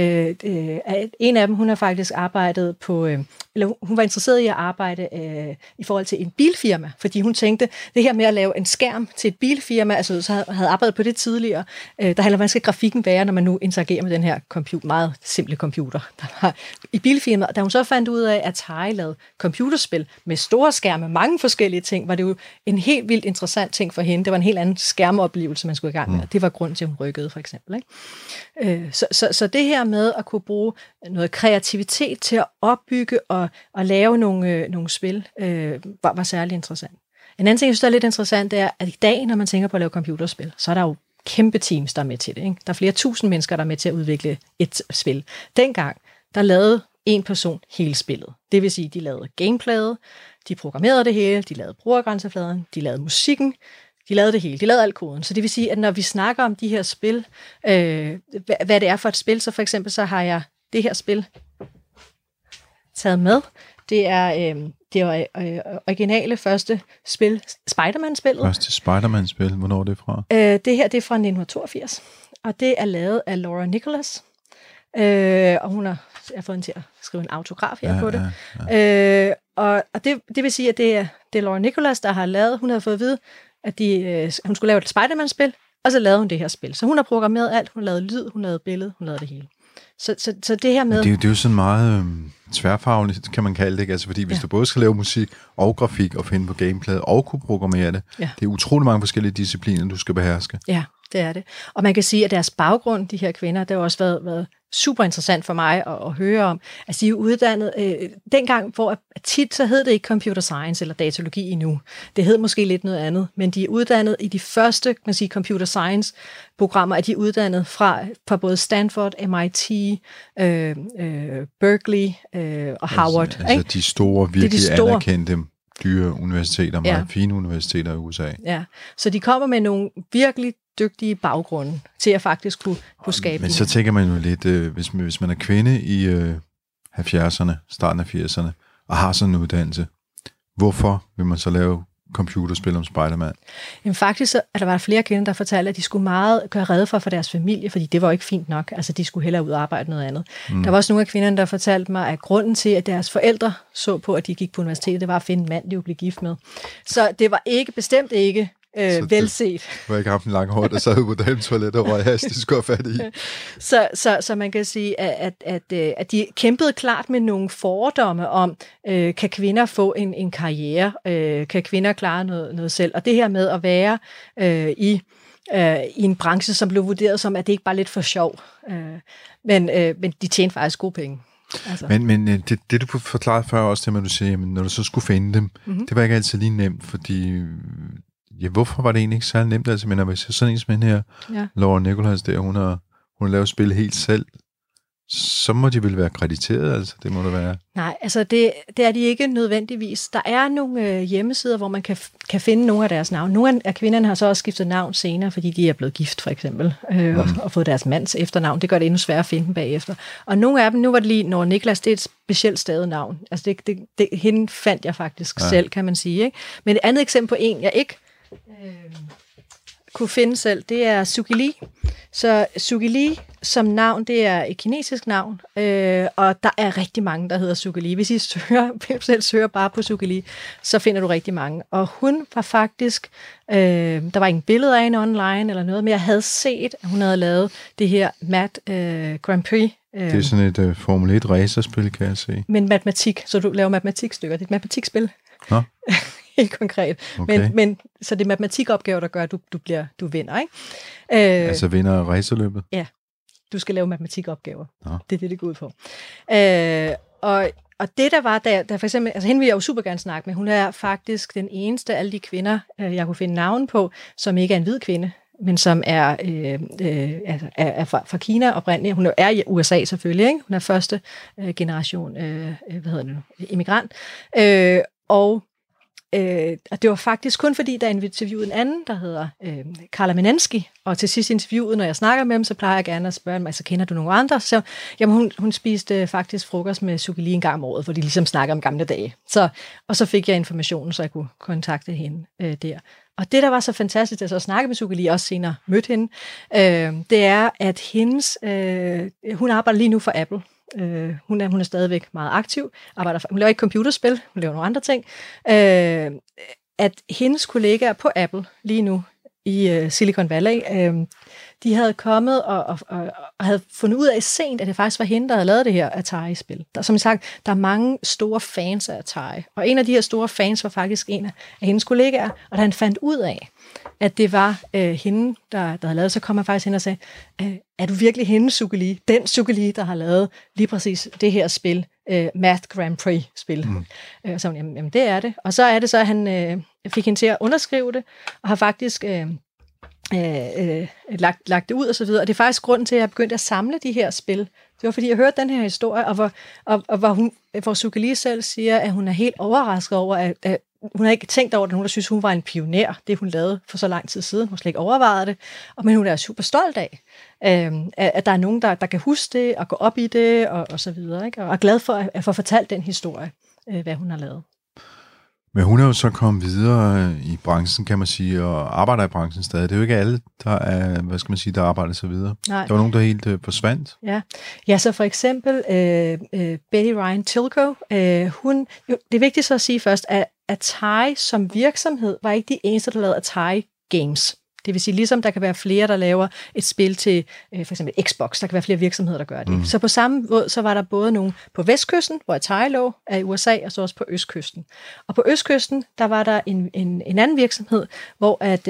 en af dem, hun har faktisk arbejdet på, eller hun var interesseret i at arbejde i forhold til en bilfirma, fordi hun tænkte, det her med at lave en skærm til et bilfirma, altså så havde arbejdet på det tidligere, der handler om, hvordan skal grafikken være, når man nu interagerer med den her meget simple computer, der var i bilfirmaet. Da hun så fandt ud af, at Atari lavede computerspil med store skærme, mange forskellige ting, var det jo en helt vildt interessant ting for hende. Det var en helt anden skærmeoplevelse, man skulle i gang med. Det var grund til, at hun rykkede, for eksempel. Ikke? Så det her med at kunne bruge noget kreativitet til at opbygge og lave nogle spil, var særlig interessant. En anden ting, jeg synes, der er lidt interessant, det er, at i dag, når man tænker på at lave computerspil, så er der jo kæmpe teams, der er med til det. Ikke? Der er flere tusind mennesker, der er med til at udvikle et spil. Dengang, der lavede en person hele spillet. Det vil sige, de lavede gameplayet, de programmerede det hele, de lavede brugergrænsefladen, de lavede musikken, de lavede det hele. De lavede al koden. Så det vil sige, at når vi snakker om de her spil, hvad det er for et spil, så for eksempel så har jeg det her spil taget med. Det er originale første spil, Spider-Man-spillet. Første Spider-Man-spil, hvornår er det fra? Det her, det er fra 1982, og det er lavet af Laura Nicholas. Og jeg har fået hende til at skrive en autograf her på det. Ja. Og det vil sige, at det er Laura Nicholas, der har lavet, hun har fået at vide, at hun skulle lave et Spider-Man-spil, og så lavede hun det her spil. Så hun har programmeret alt, hun lavede lyd, hun lavede billede, hun lavede det hele. Så det her med... Det er jo sådan meget tværfagligt, kan man kalde det, ikke? Altså, fordi hvis du både skal lave musik og grafik og finde på gameplayet og kunne programmere det, det er utrolig mange forskellige discipliner, du skal beherske. Ja, det er det. Og man kan sige, at deres baggrund, de her kvinder, det har også været super interessant for mig at høre om. Altså, de er uddannet... dengang, hvor tit så hed det ikke computer science eller datalogi endnu. Det hed måske lidt noget andet, men de er uddannet i de første, kan man sige, computer science programmer, er de uddannet fra både Stanford, MIT, Berkeley og Harvard. Altså de store, virkelig anerkendte dyre universiteter, meget fine universiteter i USA. Ja, så de kommer med nogle virkelig dygtige baggrunde til at faktisk kunne skabe. Men så tænker man jo lidt, hvis man er kvinde i 70'erne, starten af 80'erne, og har sådan en uddannelse, hvorfor vil man så lave computerspil om Spider-Man? Jamen faktisk så, der var flere kvinder, der fortalte, at de skulle meget gøre rede for deres familie, fordi det var jo ikke fint nok. Altså, de skulle hellere ud og arbejde noget andet. Der var også nogle af kvinderne, der fortalte mig, at grunden til, at deres forældre så på, at de gik på universitetet, det var at finde en mand, de ville blive gift med. Så det var bestemt ikke velset. Det var ikke ham den lange hår, der sad på dametoilet og røg hast, de skulle have fat i. Så man kan sige, at de kæmpede klart med nogle fordomme om, kan kvinder få en karriere? Kan kvinder klare noget selv? Og det her med at være i en branche, som blev vurderet som, at det ikke bare er lidt for sjov. Men de tjente faktisk gode penge. Altså. Men det du forklarede før også, det med, at du siger, jamen, når du så skulle finde dem, det var ikke altid lige nemt, fordi... Ja, hvorfor var det egentlig ikke så nemt? Altså, men hvis jeg sådan en som her, Laura Nicholas der, hun har lavet spil helt selv, så må de vel være krediteret, altså det må det være. Nej, altså det er de ikke nødvendigvis. Der er nogle hjemmesider, hvor man kan finde nogle af deres navne. Nogle af kvinderne har så også skiftet navn senere, fordi de er blevet gift, for eksempel, og fået deres mands efternavn. Det gør det endnu sværere at finde dem bagefter. Og nogle af dem, nu var det lige, når Niklas, det er et specielt stadig navn. Altså hende fandt jeg faktisk selv, kan man sige. Ikke? Men et andet eksempel på en, jeg ikke kunne finde selv, det er Suki Lee. Så Suki Lee som navn, det er et kinesisk navn, og der er rigtig mange, der hedder Suki Lee. Hvis I selv søger bare på Suki Lee, så finder du rigtig mange. Og hun var faktisk, der var ingen billede af hende online eller noget, men jeg havde set, at hun havde lavet det her Grand Prix. Det er sådan et Formel 1 racerspil, kan jeg se. Men matematik, så du laver matematikstykker. Det er et matematikspil. Nå. Helt konkret. Okay. Men så det er matematikopgaver, der gør, at du vinder, ikke? Altså vinder racerløbet? Ja, du skal lave matematikopgaver. Nå. Det er det går ud på. Og det der var, der for eksempel, altså hende vil jeg jo super gerne snakke med, hun er faktisk den eneste af alle de kvinder, jeg kunne finde navn på, som ikke er en hvid kvinde, men som er fra Kina oprindeligt. Hun er i USA selvfølgelig, ikke? Hun er første generation immigrant. Og det var faktisk kun fordi, der interviewede en anden, der hedder Carla Menensky, og til sidst interviewet, når jeg snakker med dem, så plejer jeg gerne at spørge mig, så kender du nogle andre? Så jamen, hun spiste faktisk frokost med Suki Lee en gang om året, hvor de ligesom snakker om gamle dage. Og så fik jeg informationen, så jeg kunne kontakte hende der. Og det, der var så fantastisk, da jeg så snakkede med Suki Lee, også senere mødte hende, det er, at hun arbejder lige nu for Apple. Hun er stadigvæk meget aktiv, hun laver ikke computerspil, hun laver nogle andre ting. At hendes kollegaer på Apple lige nu i Silicon Valley, de havde kommet og havde fundet ud af sent, at det faktisk var hende, der havde lavet det her Atari-spil. Som sagt, der er mange store fans af Atari, og en af de her store fans var faktisk en af hendes kollegaer, og da han fandt ud af, at det var hende, der havde lavet, så kom han faktisk hen og sagde, er du virkelig hende, Suki Lee? Den Suki Lee, der har lavet lige præcis det her spil, Math Grand Prix-spil. Så jamen, det er det. Og så er det så, at han fik hende til at underskrive det, og har faktisk lagt det ud og så videre. Og det er faktisk grunden til, at jeg begyndte at samle de her spil. Det var, fordi jeg hørte den her historie, og hvor Suki Lee selv siger, at hun er helt overrasket over, at hun har ikke tænkt over det. Nogen, der synes, hun var en pioner, det hun lavede for så lang tid siden. Hun slet ikke overvejet det. Men hun er super stolt af, at der er nogen, der kan huske det, og gå op i det, og så videre. Ikke? Og er glad for at få fortalt den historie, hvad hun har lavet. Men hun er jo så kommet videre i branchen, kan man sige, og arbejder i branchen stadig. Det er jo ikke alle, der er, der arbejder så videre. Nej. Der var nogen, der helt forsvandt. Ja, så for eksempel Betty Ryan Tilko, det er vigtigt så at sige først, at Atari som virksomhed var ikke de eneste, der lavede Atari Games. Det vil sige, ligesom der kan være flere, der laver et spil til for eksempel Xbox, der kan være flere virksomheder, der gør det. Så på samme måde, så var der både nogle på vestkysten, hvor Atari lå af i USA, og så også på østkysten. Og på østkysten, der var der en anden virksomhed, hvor at,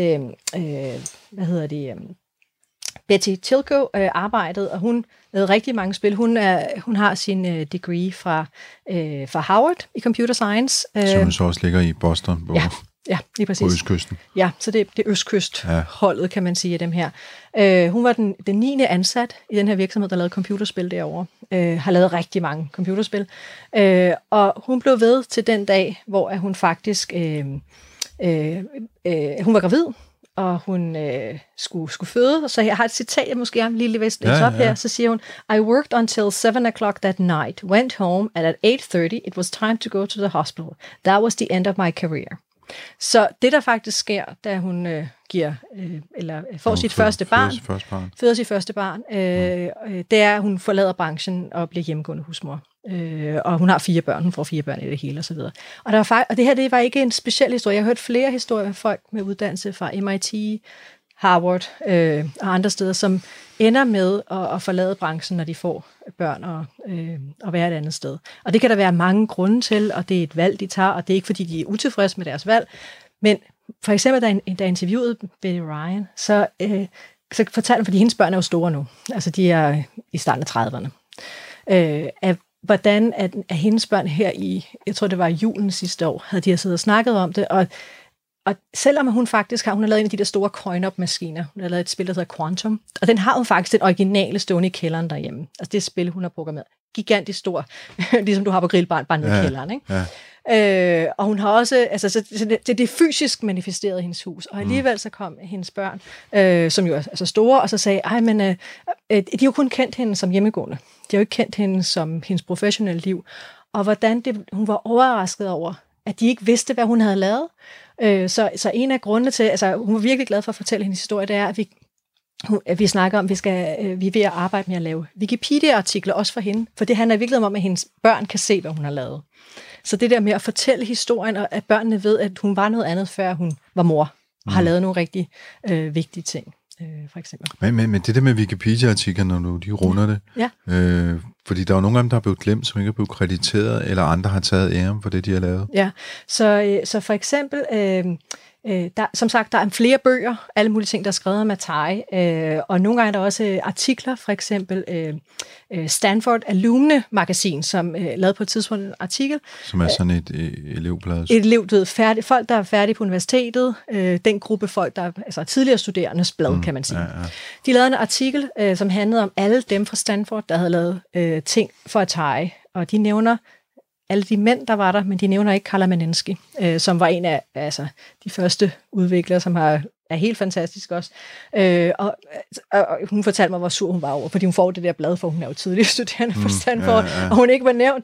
Betty Tilko arbejdede, og hun lavede rigtig mange spil. Hun har sin degree fra Howard i Computer Science. Som så også ligger i Boston. Ja, lige præcis. På østkysten. Ja, så det er østkystholdet, kan man sige, af dem her. Hun var den 9. ansat i den her virksomhed, der lavede computerspil derovre. Har lavet rigtig mange computerspil. Og hun blev ved til den dag, hvor hun faktisk hun var gravid, og hun skulle føde. Så jeg har et citat, jeg måske lige læse op her. Så siger hun, I worked until 7 o'clock that night, went home, and at 8:30 it was time to go to the hospital. That was the end of my career. Så det, der faktisk sker, da hun får sit første barn, føder sit første barn, det er, at hun forlader branchen og bliver hjemmegående husmor. Og hun har 4 børn, hun får 4 børn i det hele og så videre. Og det her, det var ikke en speciel historie. Jeg har hørt flere historier af folk med uddannelse fra MIT, Harvard og andre steder, som ender med at forlade branchen, når de får børn og være et andet sted. Og det kan der være mange grunde til, og det er et valg, de tager, og det er ikke, fordi de er utilfredse med deres valg. Men for eksempel, da jeg interviewede Betty Ryan, så fortalte hun, fordi hendes børn er jo store nu, altså de er i starten af 30'erne, hvordan at hendes børn her jeg tror det var julen sidste år, havde de siddet og snakket om det, og selvom hun faktisk hun har lavet en af de der store coin-op-maskiner, hun har lavet et spil, der hedder Quantum, og den har hun faktisk den originale stående i kælderen derhjemme. Altså det spil, hun har programmeret. Gigantisk stor, ligesom du har på grillbarn, bare nede i kælderen, ikke? Ja. Og hun har også, altså så det er fysisk manifesteret i hendes hus, og alligevel så kom hendes børn, som jo er så store, og så sagde, de har jo kun kendt hende som hjemmegående. De har jo ikke kendt hende som hendes professionelle liv. Og hvordan hun var overrasket over, at de ikke vidste, hvad hun havde lavet. Så en af grundene til, altså hun var virkelig glad for at fortælle hendes historie, det er, at vi snakker om, vi er ved at arbejde med at lave Wikipedia-artikler også for hende, for det handler virkelig om, at hendes børn kan se, hvad hun har lavet. Så det der med at fortælle historien, og at børnene ved, at hun var noget andet, før hun var mor, og har lavet nogle rigtig vigtige ting, for eksempel. Men det der med Wikipedia-artikler, når nu de runder det, fordi der er jo nogle af dem, der er blevet glemt, som ikke er blevet krediteret, eller andre har taget æren for det, de har lavet. Ja, så for eksempel, som sagt, der er flere bøger, alle mulige ting, der er skrevet om Atari, og nogle gange er der også artikler, for eksempel Stanford Alumne-magasin, som lavede på et tidspunkt en artikel. Som er sådan et elevblad. Et elevblad, folk, der er færdige på universitetet, den gruppe folk, der altså tidligere studerendes blad, kan man sige. Ja. De lavede en artikel, som handlede om alle dem fra Stanford, der havde lavet ting for Atari, og de nævner alle de mænd, der var der, men de nævner ikke Carla Maninsky, som var en af de første udviklere, som er helt fantastisk også. Og hun fortalte mig, hvor sur hun var over, fordi hun får det der blad, for hun er jo tidligere studerende på Stanford, og hun ikke var nævnt.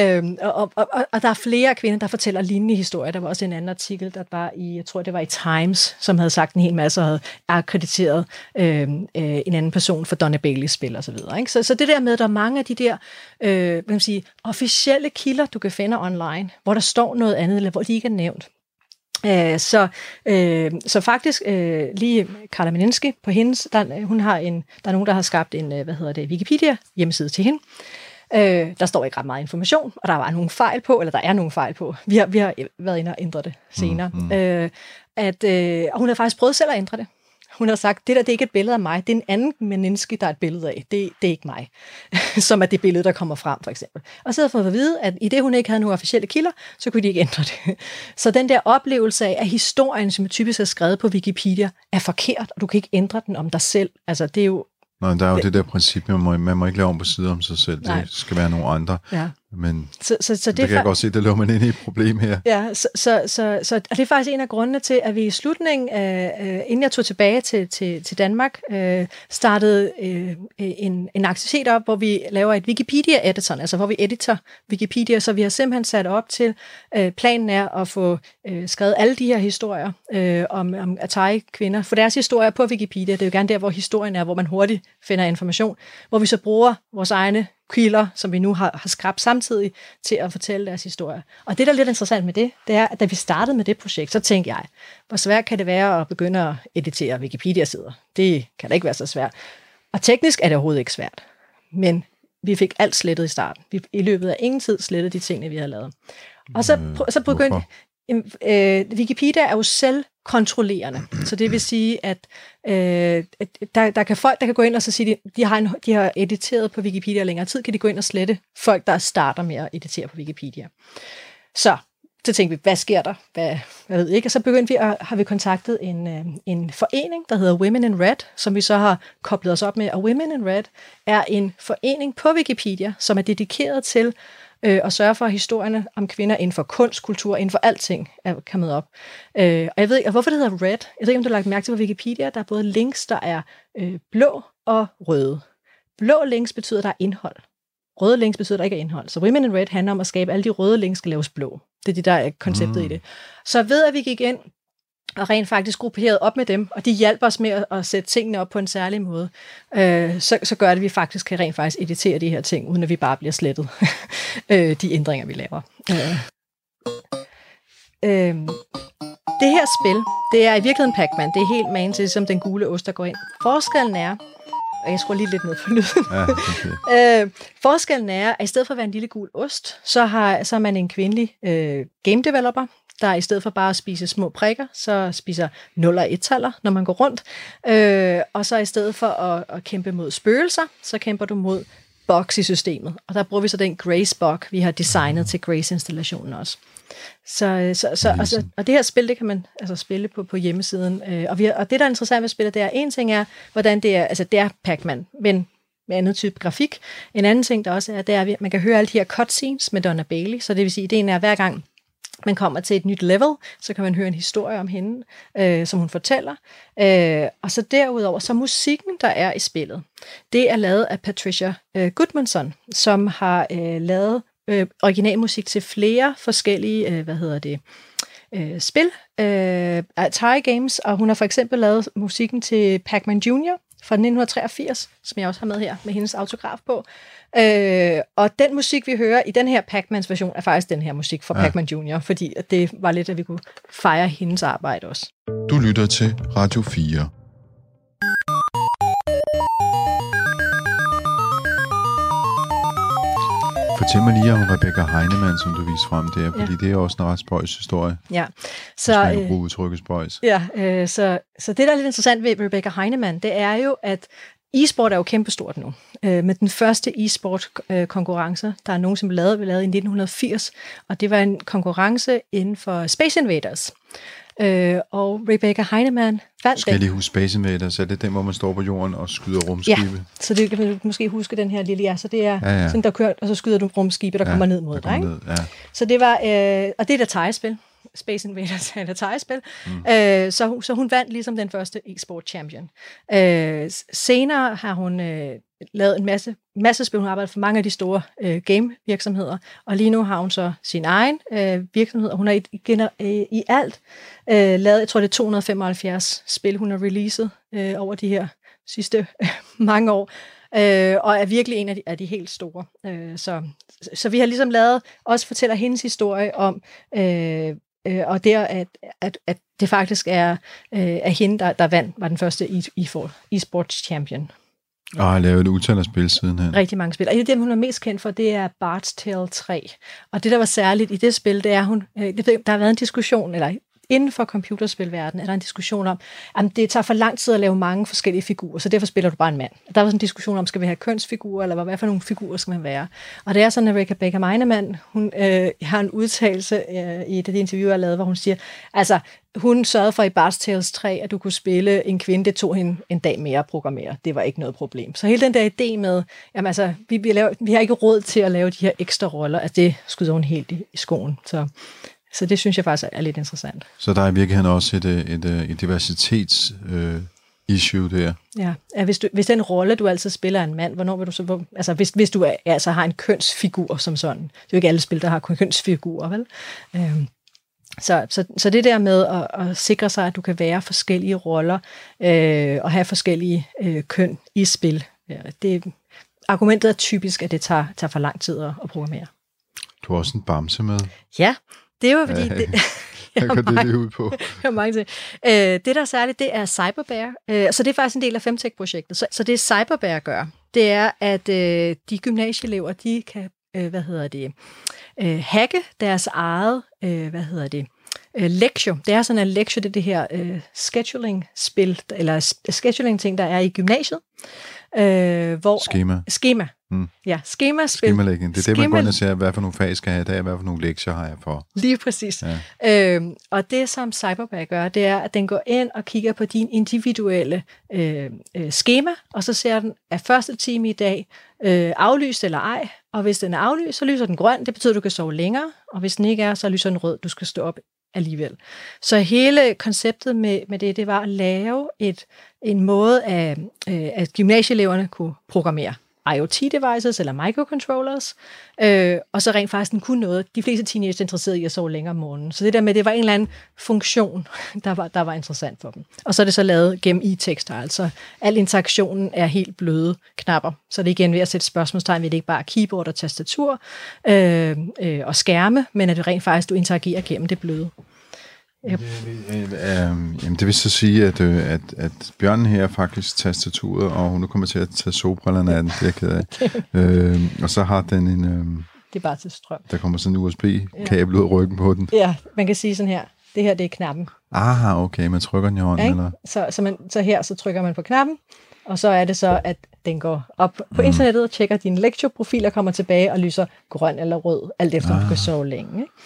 Og der er flere kvinder, der fortæller lignende historier. Der var også en anden artikel, der var jeg tror det var i Times, som havde sagt en hel masse, og havde akkrediteret en anden person for Donna Baileys spil og så videre. Ikke? Så det der med, at der er mange af de der officielle kilder, du kan finde online, hvor der står noget andet, eller hvor de ikke er nævnt. Så faktisk lige Carla Maninsky på hendes, der er nogen, der har skabt en Wikipedia hjemmeside til hende. Der står ikke ret meget information, og der er nogle fejl på. Vi har været inde og ændre det senere. Og hun har faktisk prøvet selv at ændre det. Hun har sagt, det er ikke et billede af mig, det er en anden Maninsky, der er et billede af. Det er ikke mig, som er det billede, der kommer frem, for eksempel. Og så har jeg fået at vide, at i det, hun ikke havde nogle officielle kilder, så kunne de ikke ændre det. Så den der oplevelse af, at historien, som typisk er skrevet på Wikipedia, er forkert, og du kan ikke ændre den om dig selv. Altså, det er jo... Nej, der er jo det der princip, man må ikke lave om på side om sig selv. Nej. Det skal være nogle andre. Ja. Men så det kan jeg godt se, der løber man ind i et problem her. Ja, så det er faktisk en af grundene til, at vi i slutningen, inden jeg tog tilbage til Danmark, startede en aktivitet op, hvor vi laver et Wikipedia-editor, altså hvor vi editer Wikipedia, så vi har simpelthen sat op til, planen er at få skrevet alle de her historier om Atari-kvinder, for deres historier på Wikipedia, det er jo gerne der, hvor historien er, hvor man hurtigt finder information, hvor vi så bruger vores egne kilder, som vi nu har skrabt samtidig, til at fortælle deres historie. Og det, der er lidt interessant med det er, at da vi startede med det projekt, så tænkte jeg, hvor svært kan det være at begynde at editere Wikipedia-sider? Det kan da ikke være så svært. Og teknisk er det overhovedet ikke svært. Men vi fik alt slettet i starten. Vi i løbet af ingen tid slettede de ting, vi havde lavet. Og så begyndte... Wikipedia er jo selvkontrollerende, så det vil sige, at der kan folk, der kan gå ind og så sige, de har editeret på Wikipedia længere tid, kan de gå ind og slette folk, der starter med at editere på Wikipedia. Så tænkte vi, hvad sker der? Jeg ved ikke. Og så har vi kontaktet en forening, der hedder Women in Red, som vi så har koblet os op med. Og Women in Red er en forening på Wikipedia, som er dedikeret til og sørge for, at historierne om kvinder inden for kunst, kultur, inden for alting er kommet op. Og jeg ved ikke, hvorfor det hedder Red. Jeg ved ikke, om du har lagt mærke til på Wikipedia, der er både links, der er blå og røde. Blå links betyder, der er indhold. Røde links betyder, der ikke er indhold. Så Women in Red handler om at skabe alle de røde links, skal laves blå. Det er det, der er konceptet i det. Så ved at vi gik ind og rent faktisk grupperede op med dem, og de hjalp os med at sætte tingene op på en særlig måde, så gør det, at vi faktisk kan rent faktisk editere de her ting, uden at vi bare bliver slettet de ændringer, vi laver. Det her spil, det er i virkeligheden Pac-Man. Det er helt man til, som den gule ost, der går ind. Forskellen er, og jeg skruer lige lidt ned på lyden. Ja, okay. Forskellen er, at i stedet for at være en lille gul ost, så er man en kvindelig game developer, der i stedet for bare at spise små prikker, så spiser 0 og 1-taller, når man går rundt. Og så i stedet for at kæmpe mod spøgelser, så kæmper du mod bugs i systemet. Og der bruger vi så den Grace-bug, vi har designet til Grace-installationen også. Og det her spil, det kan man altså spille på hjemmesiden. Og det, der er interessant ved spillet, det er, en ting er, hvordan det er, altså det er Pac-Man, men med andet type grafik. En anden ting, der også er, det er, at man kan høre alle de her cutscenes med Donna Bailey, så det vil sige, ideen er, hver gang man kommer til et nyt level, så kan man høre en historie om hende, som hun fortæller. Og så derudover, så musikken, der er i spillet, det er lavet af Patricia Goodmanson, som har lavet originalmusik til flere forskellige, spil, Atari Games, og hun har for eksempel lavet musikken til Pac-Man Jr. fra 1983, som jeg også har med her, med hendes autograf på. Og den musik, vi hører i den her Pac-Mans version, er faktisk den her musik fra Pac-Man Jr., fordi det var lidt, at vi kunne fejre hendes arbejde også. Du lytter til Radio 4. Fortæl mig lige om Rebecca Heinemann, som du viste frem der, fordi det er også en ret spøjs historie. Ja. Så man kan bruge udtrykket spøjs. Ja, så det, der er lidt interessant ved Rebecca Heinemann, det er jo, at e-sport er jo kæmpestort nu. Med den første e-sport-konkurrence, der er nogen, som blev lavet i 1980, og det var en konkurrence inden for Space Invaders. Og Rebecca Heinemann vandt. Skal jeg lige huske Space Invaders? Er det den, hvor man står på jorden og skyder rumskibe? Ja, så det kan du måske huske den her lille, så det er sådan, der kører, og så skyder du rumskibe, der kommer ned mod dig. Ikke? Så det var, og det er et Atari-spil. Space Invaders er et Atari-spil. Så hun vandt ligesom den første e-sport champion. Senere har hun lavet en masse spil. Hun har arbejdet for mange af de store game-virksomheder, og lige nu har hun så sin egen virksomhed, og hun har i alt lavet, jeg tror det er 275 spil, hun har releaset over de her sidste mange år, og er virkelig en af de helt store. Så vi har ligesom lavet, også fortæller hendes historie om, og det at det faktisk er hende, der vandt, var den første e-sports champion. Og har lavet et utal af spil siden hen. Rigtig mange spil. Og det, hun er mest kendt for, det er Bard's Tale 3. Og det, der var særligt i det spil, det er, der har været en diskussion, eller inden for computerspilverdenen er der en diskussion om, at det tager for lang tid at lave mange forskellige figurer, så derfor spiller du bare en mand. Der var sådan en diskussion om, skal vi have kønsfigurer, eller hvad for nogle figurer skal man være. Og det er sådan, at Rebecca Heinemann, hun har en udtalelse i det interview, jeg har lavet, hvor hun siger, altså, hun sørgede for i Bard's Tale 3, at du kunne spille en kvinde, det tog hende en dag mere at programmere. Det var ikke noget problem. Så hele den der idé med, jamen altså, vi har ikke råd til at lave de her ekstra roller, altså det skyder hun helt i skoen. Så det synes jeg faktisk er lidt interessant. Så der er i virkeligheden også et diversitets-issue der. Ja, hvis den rolle, du altid spiller en mand, hvornår vil du så... Altså, hvis du altså har en kønsfigur som sådan. Det er jo ikke alle spil, der har kønsfigurer, vel? Så det der med at sikre sig, at du kan være forskellige roller og have forskellige køn i spil. Argumentet er typisk, at det tager for lang tid at programmere. Du har også en bamse med. Ja, det er jo fordi... Hvad går det ud på? Det, der er særligt, det er Cyberbear. Så det er faktisk en del af Femtech-projektet. Så det Cyberbear gør, det er, at de gymnasieelever, de kan, hacke deres eget, Lectio. Det er sådan en Lectio, det her scheduling-spil, eller scheduling-ting, der er i gymnasiet. Skema. Ja, skemaspil. Skemalægning. Det er det, man går ind og siger, hvad for nogle fag skal jeg have, hvad for nogle lektier har jeg for. Lige præcis. Ja. Og det, som Cyberbear gør, det er, at den går ind og kigger på din individuelle skema, og så ser den, at første time i dag aflyst eller ej, og hvis den er aflyst, så lyser den grøn, det betyder, at du kan sove længere, og hvis den ikke er, så lyser den rød, du skal stå op alligevel. Så hele konceptet med det var at lave en måde, at gymnasieeleverne kunne programmere. IoT-devices eller microcontrollers, og så rent faktisk den kunne noget. De fleste teenagers er interesseret i at sove længere om morgenen. Så det der med, det var en eller anden funktion, der var interessant for dem. Og så er det så lavet gennem i-tekster, altså al interaktionen er helt bløde knapper. Så det er igen ved at sætte spørgsmålstegn ved, det ikke bare er keyboard og tastatur og skærme, men at det rent faktisk, du interagerer gennem det bløde. Jamen, det vil så sige, at Bjørnen her er faktisk tastaturet, og hun nu kommer til at tage solbrillerne af den, det er jeg ked af. Og så har den en... det er bare til strøm. Der kommer sådan en USB-kabel ud af ryggen på den. Ja, man kan sige sådan her. Det her, det er knappen. Aha, okay, man trykker den i hånden, eller? Så her, så trykker man på knappen, og så er det så, at den går op på internettet og tjekker dine lektorprofiler, kommer tilbage og lyser grøn eller rød, alt efter du kan sove længe, ikke?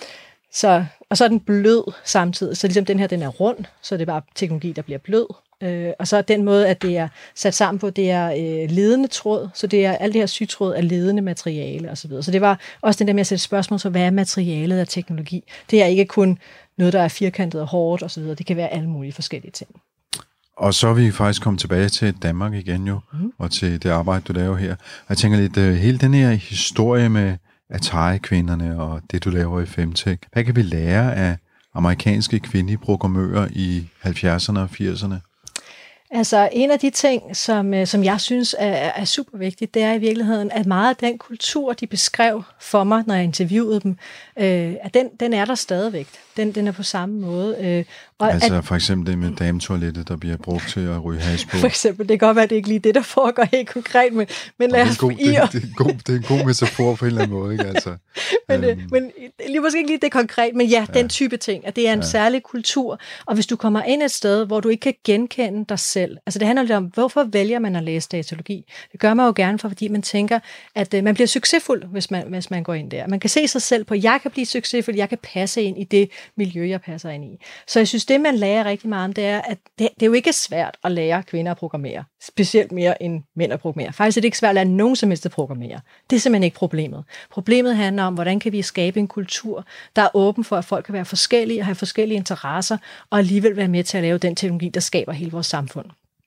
Og så er den blød samtidig. Så ligesom den her, den er rund, så det er bare teknologi, der bliver blød. Og så den måde, at det er sat sammen på, det er ledende tråd, så det er alt det her sygtråd af ledende materiale osv. Så det var også den der med at sætte spørgsmål, så hvad er materialet af teknologi? Det er ikke kun noget, der er firkantet og hårdt osv. Det kan være alle mulige forskellige ting. Og så er vi faktisk kommet tilbage til Danmark igen jo, og til det arbejde, du laver her. Og jeg tænker lidt, hele den her historie med Atari-kvinderne og det, du laver i Femtech. Hvad kan vi lære af amerikanske kvindelige programmører i 70'erne og 80'erne? Altså, en af de ting, som jeg synes er super vigtigt, det er i virkeligheden, at meget af den kultur, de beskrev for mig, når jeg interviewede dem, at den er der stadigvæk. Den er på samme måde. For eksempel det med dametoilettet, der bliver brugt til at ryge hash på. For eksempel, det kan godt være, at det ikke lige det, der foregår helt konkret, men lad os det er en god metafor på en eller anden måde, ikke? Altså, men lige måske ikke lige det konkret, men ja, den type ting, at det er en særlig kultur, og hvis du kommer ind et sted, hvor du ikke kan genkende dig selv, altså det handler lidt om, hvorfor vælger man at læse datalogi? Det gør man jo gerne, fordi man tænker, at man bliver succesfuld, hvis man går ind der. Man kan se sig selv på, jeg kan blive succesfuld, jeg kan passe ind i det miljø, jeg passer ind i. Så jeg synes, det man lærer rigtig meget om, det er, at det er jo ikke svært at lære kvinder at programmere. Specielt mere end mænd at programmere. Faktisk er det ikke svært at lære nogen som helst at programmere. Det er simpelthen ikke problemet. Problemet handler om, hvordan kan vi skabe en kultur, der er åben for, at folk kan være forskellige og have forskellige interesser, og alligevel være med til at lave den teknologi, der skaber hele vores samfund.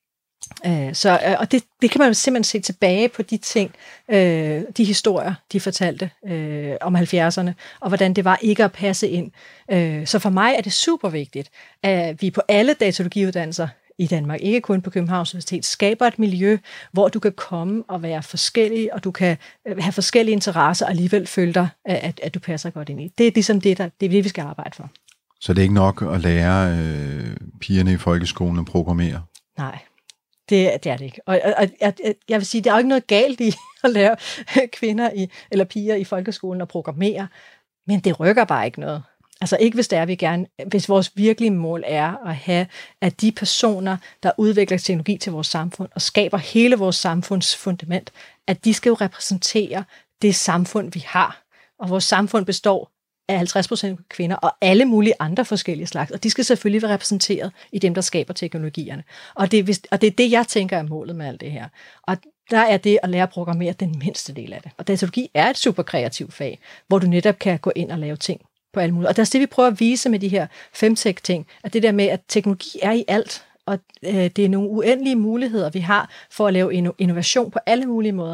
Og det kan man simpelthen se tilbage på de ting, de historier, de fortalte om 70'erne, og hvordan det var ikke at passe ind. Så for mig er det super vigtigt, at vi på alle datalogiuddannelser i Danmark, ikke kun på Københavns Universitet, skaber et miljø, hvor du kan komme og være forskellig, og du kan have forskellige interesser, og alligevel føle dig, at du passer godt ind i. Det er ligesom det er det, vi skal arbejde for. Så det er ikke nok at lære pigerne i folkeskolen at programmere? Nej. Det er det ikke. Og jeg vil sige, der er jo ikke noget galt i at lære kvinder eller piger i folkeskolen at programmere, men det rykker bare ikke noget. Altså ikke hvis vores virkelige mål er at have, at de personer, der udvikler teknologi til vores samfund og skaber hele vores samfunds fundament, at de skal jo repræsentere det samfund, vi har. Og vores samfund består af 50% kvinder og alle mulige andre forskellige slags, og de skal selvfølgelig være repræsenteret i dem, der skaber teknologierne. Og det er det, jeg tænker er målet med alt det her. Og der er det at lære at programmere den mindste del af det. Og datalogi er et super kreativt fag, hvor du netop kan gå ind og lave ting på alle mulige. Og der er det, vi prøver at vise med de her femtech-ting, at det der med, at teknologi er i alt, og det er nogle uendelige muligheder, vi har for at lave innovation på alle mulige måder.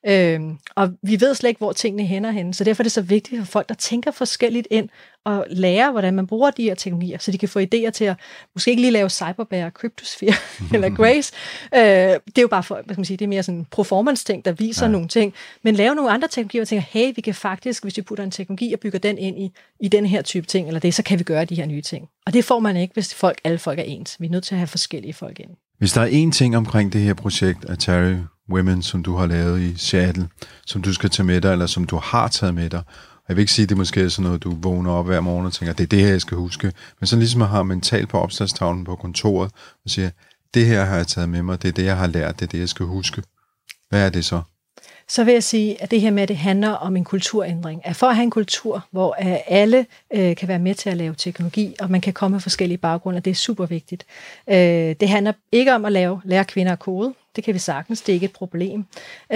Og vi ved slet ikke, hvor tingene hænder henne, så derfor er det så vigtigt for folk, der tænker forskelligt ind og lærer, hvordan man bruger de her teknologier, så de kan få idéer til at måske ikke lige lave Cyberbear, Cryptosphere eller Grace. Det er jo bare for, hvad skal man sige, det er mere sådan en performance-ting, der viser nogle ting, men lave nogle andre teknologier og tænker, hey, vi kan faktisk, hvis vi putter en teknologi og bygger den ind i den her type ting, eller det, så kan vi gøre de her nye ting. Og det får man ikke, hvis alle folk er ens. Vi er nødt til at have forskellige folk ind. Hvis der er én ting omkring det her projekt, Atari Women, som du har lavet i Seattle, som du skal tage med dig, eller som du har taget med dig, og jeg vil ikke sige, at det måske er sådan noget, du vågner op hver morgen og tænker, det er det her, jeg skal huske, men så ligesom at have mentalt på opslagstavlen på kontoret, og siger, det her har jeg taget med mig, det er det, jeg har lært, det er det, jeg skal huske. Hvad er det så? Så vil jeg sige, at det her med, at det handler om en kulturændring. At for at have en kultur, hvor alle kan være med til at lave teknologi, og man kan komme med forskellige baggrunde, det er super vigtigt. Det handler ikke om at lære kvinder at kode. Det kan vi sagtens, det er ikke et problem.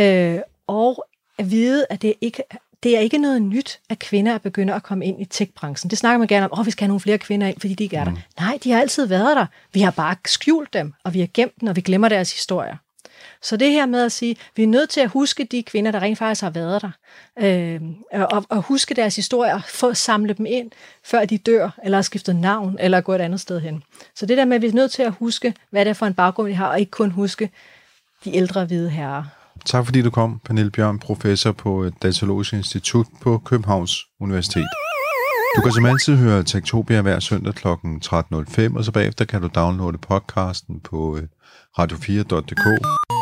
Og at vide, at det er ikke noget nyt, at kvinder begynder at komme ind i tech-branchen. Det snakker man gerne om, vi skal have nogle flere kvinder ind, fordi de ikke er der. Nej, de har altid været der. Vi har bare skjult dem, og vi har gemt dem, og vi glemmer deres historier. Så det her med at sige, vi er nødt til at huske de kvinder, der rent faktisk har været der, og huske deres historier, og få samlet dem ind, før de dør, eller har skiftet navn, eller går et andet sted hen. Så det der med, at vi er nødt til at huske, hvad det er for en baggrund, de har, og ikke kun huske de ældre hvide herrer. Tak fordi du kom, Pernille Bjørn, professor på Datalogisk Institut på Københavns Universitet. Du kan som altid høre Techtopia hver søndag kl. 13.05, og så bagefter kan du downloade podcasten på radio4.dk.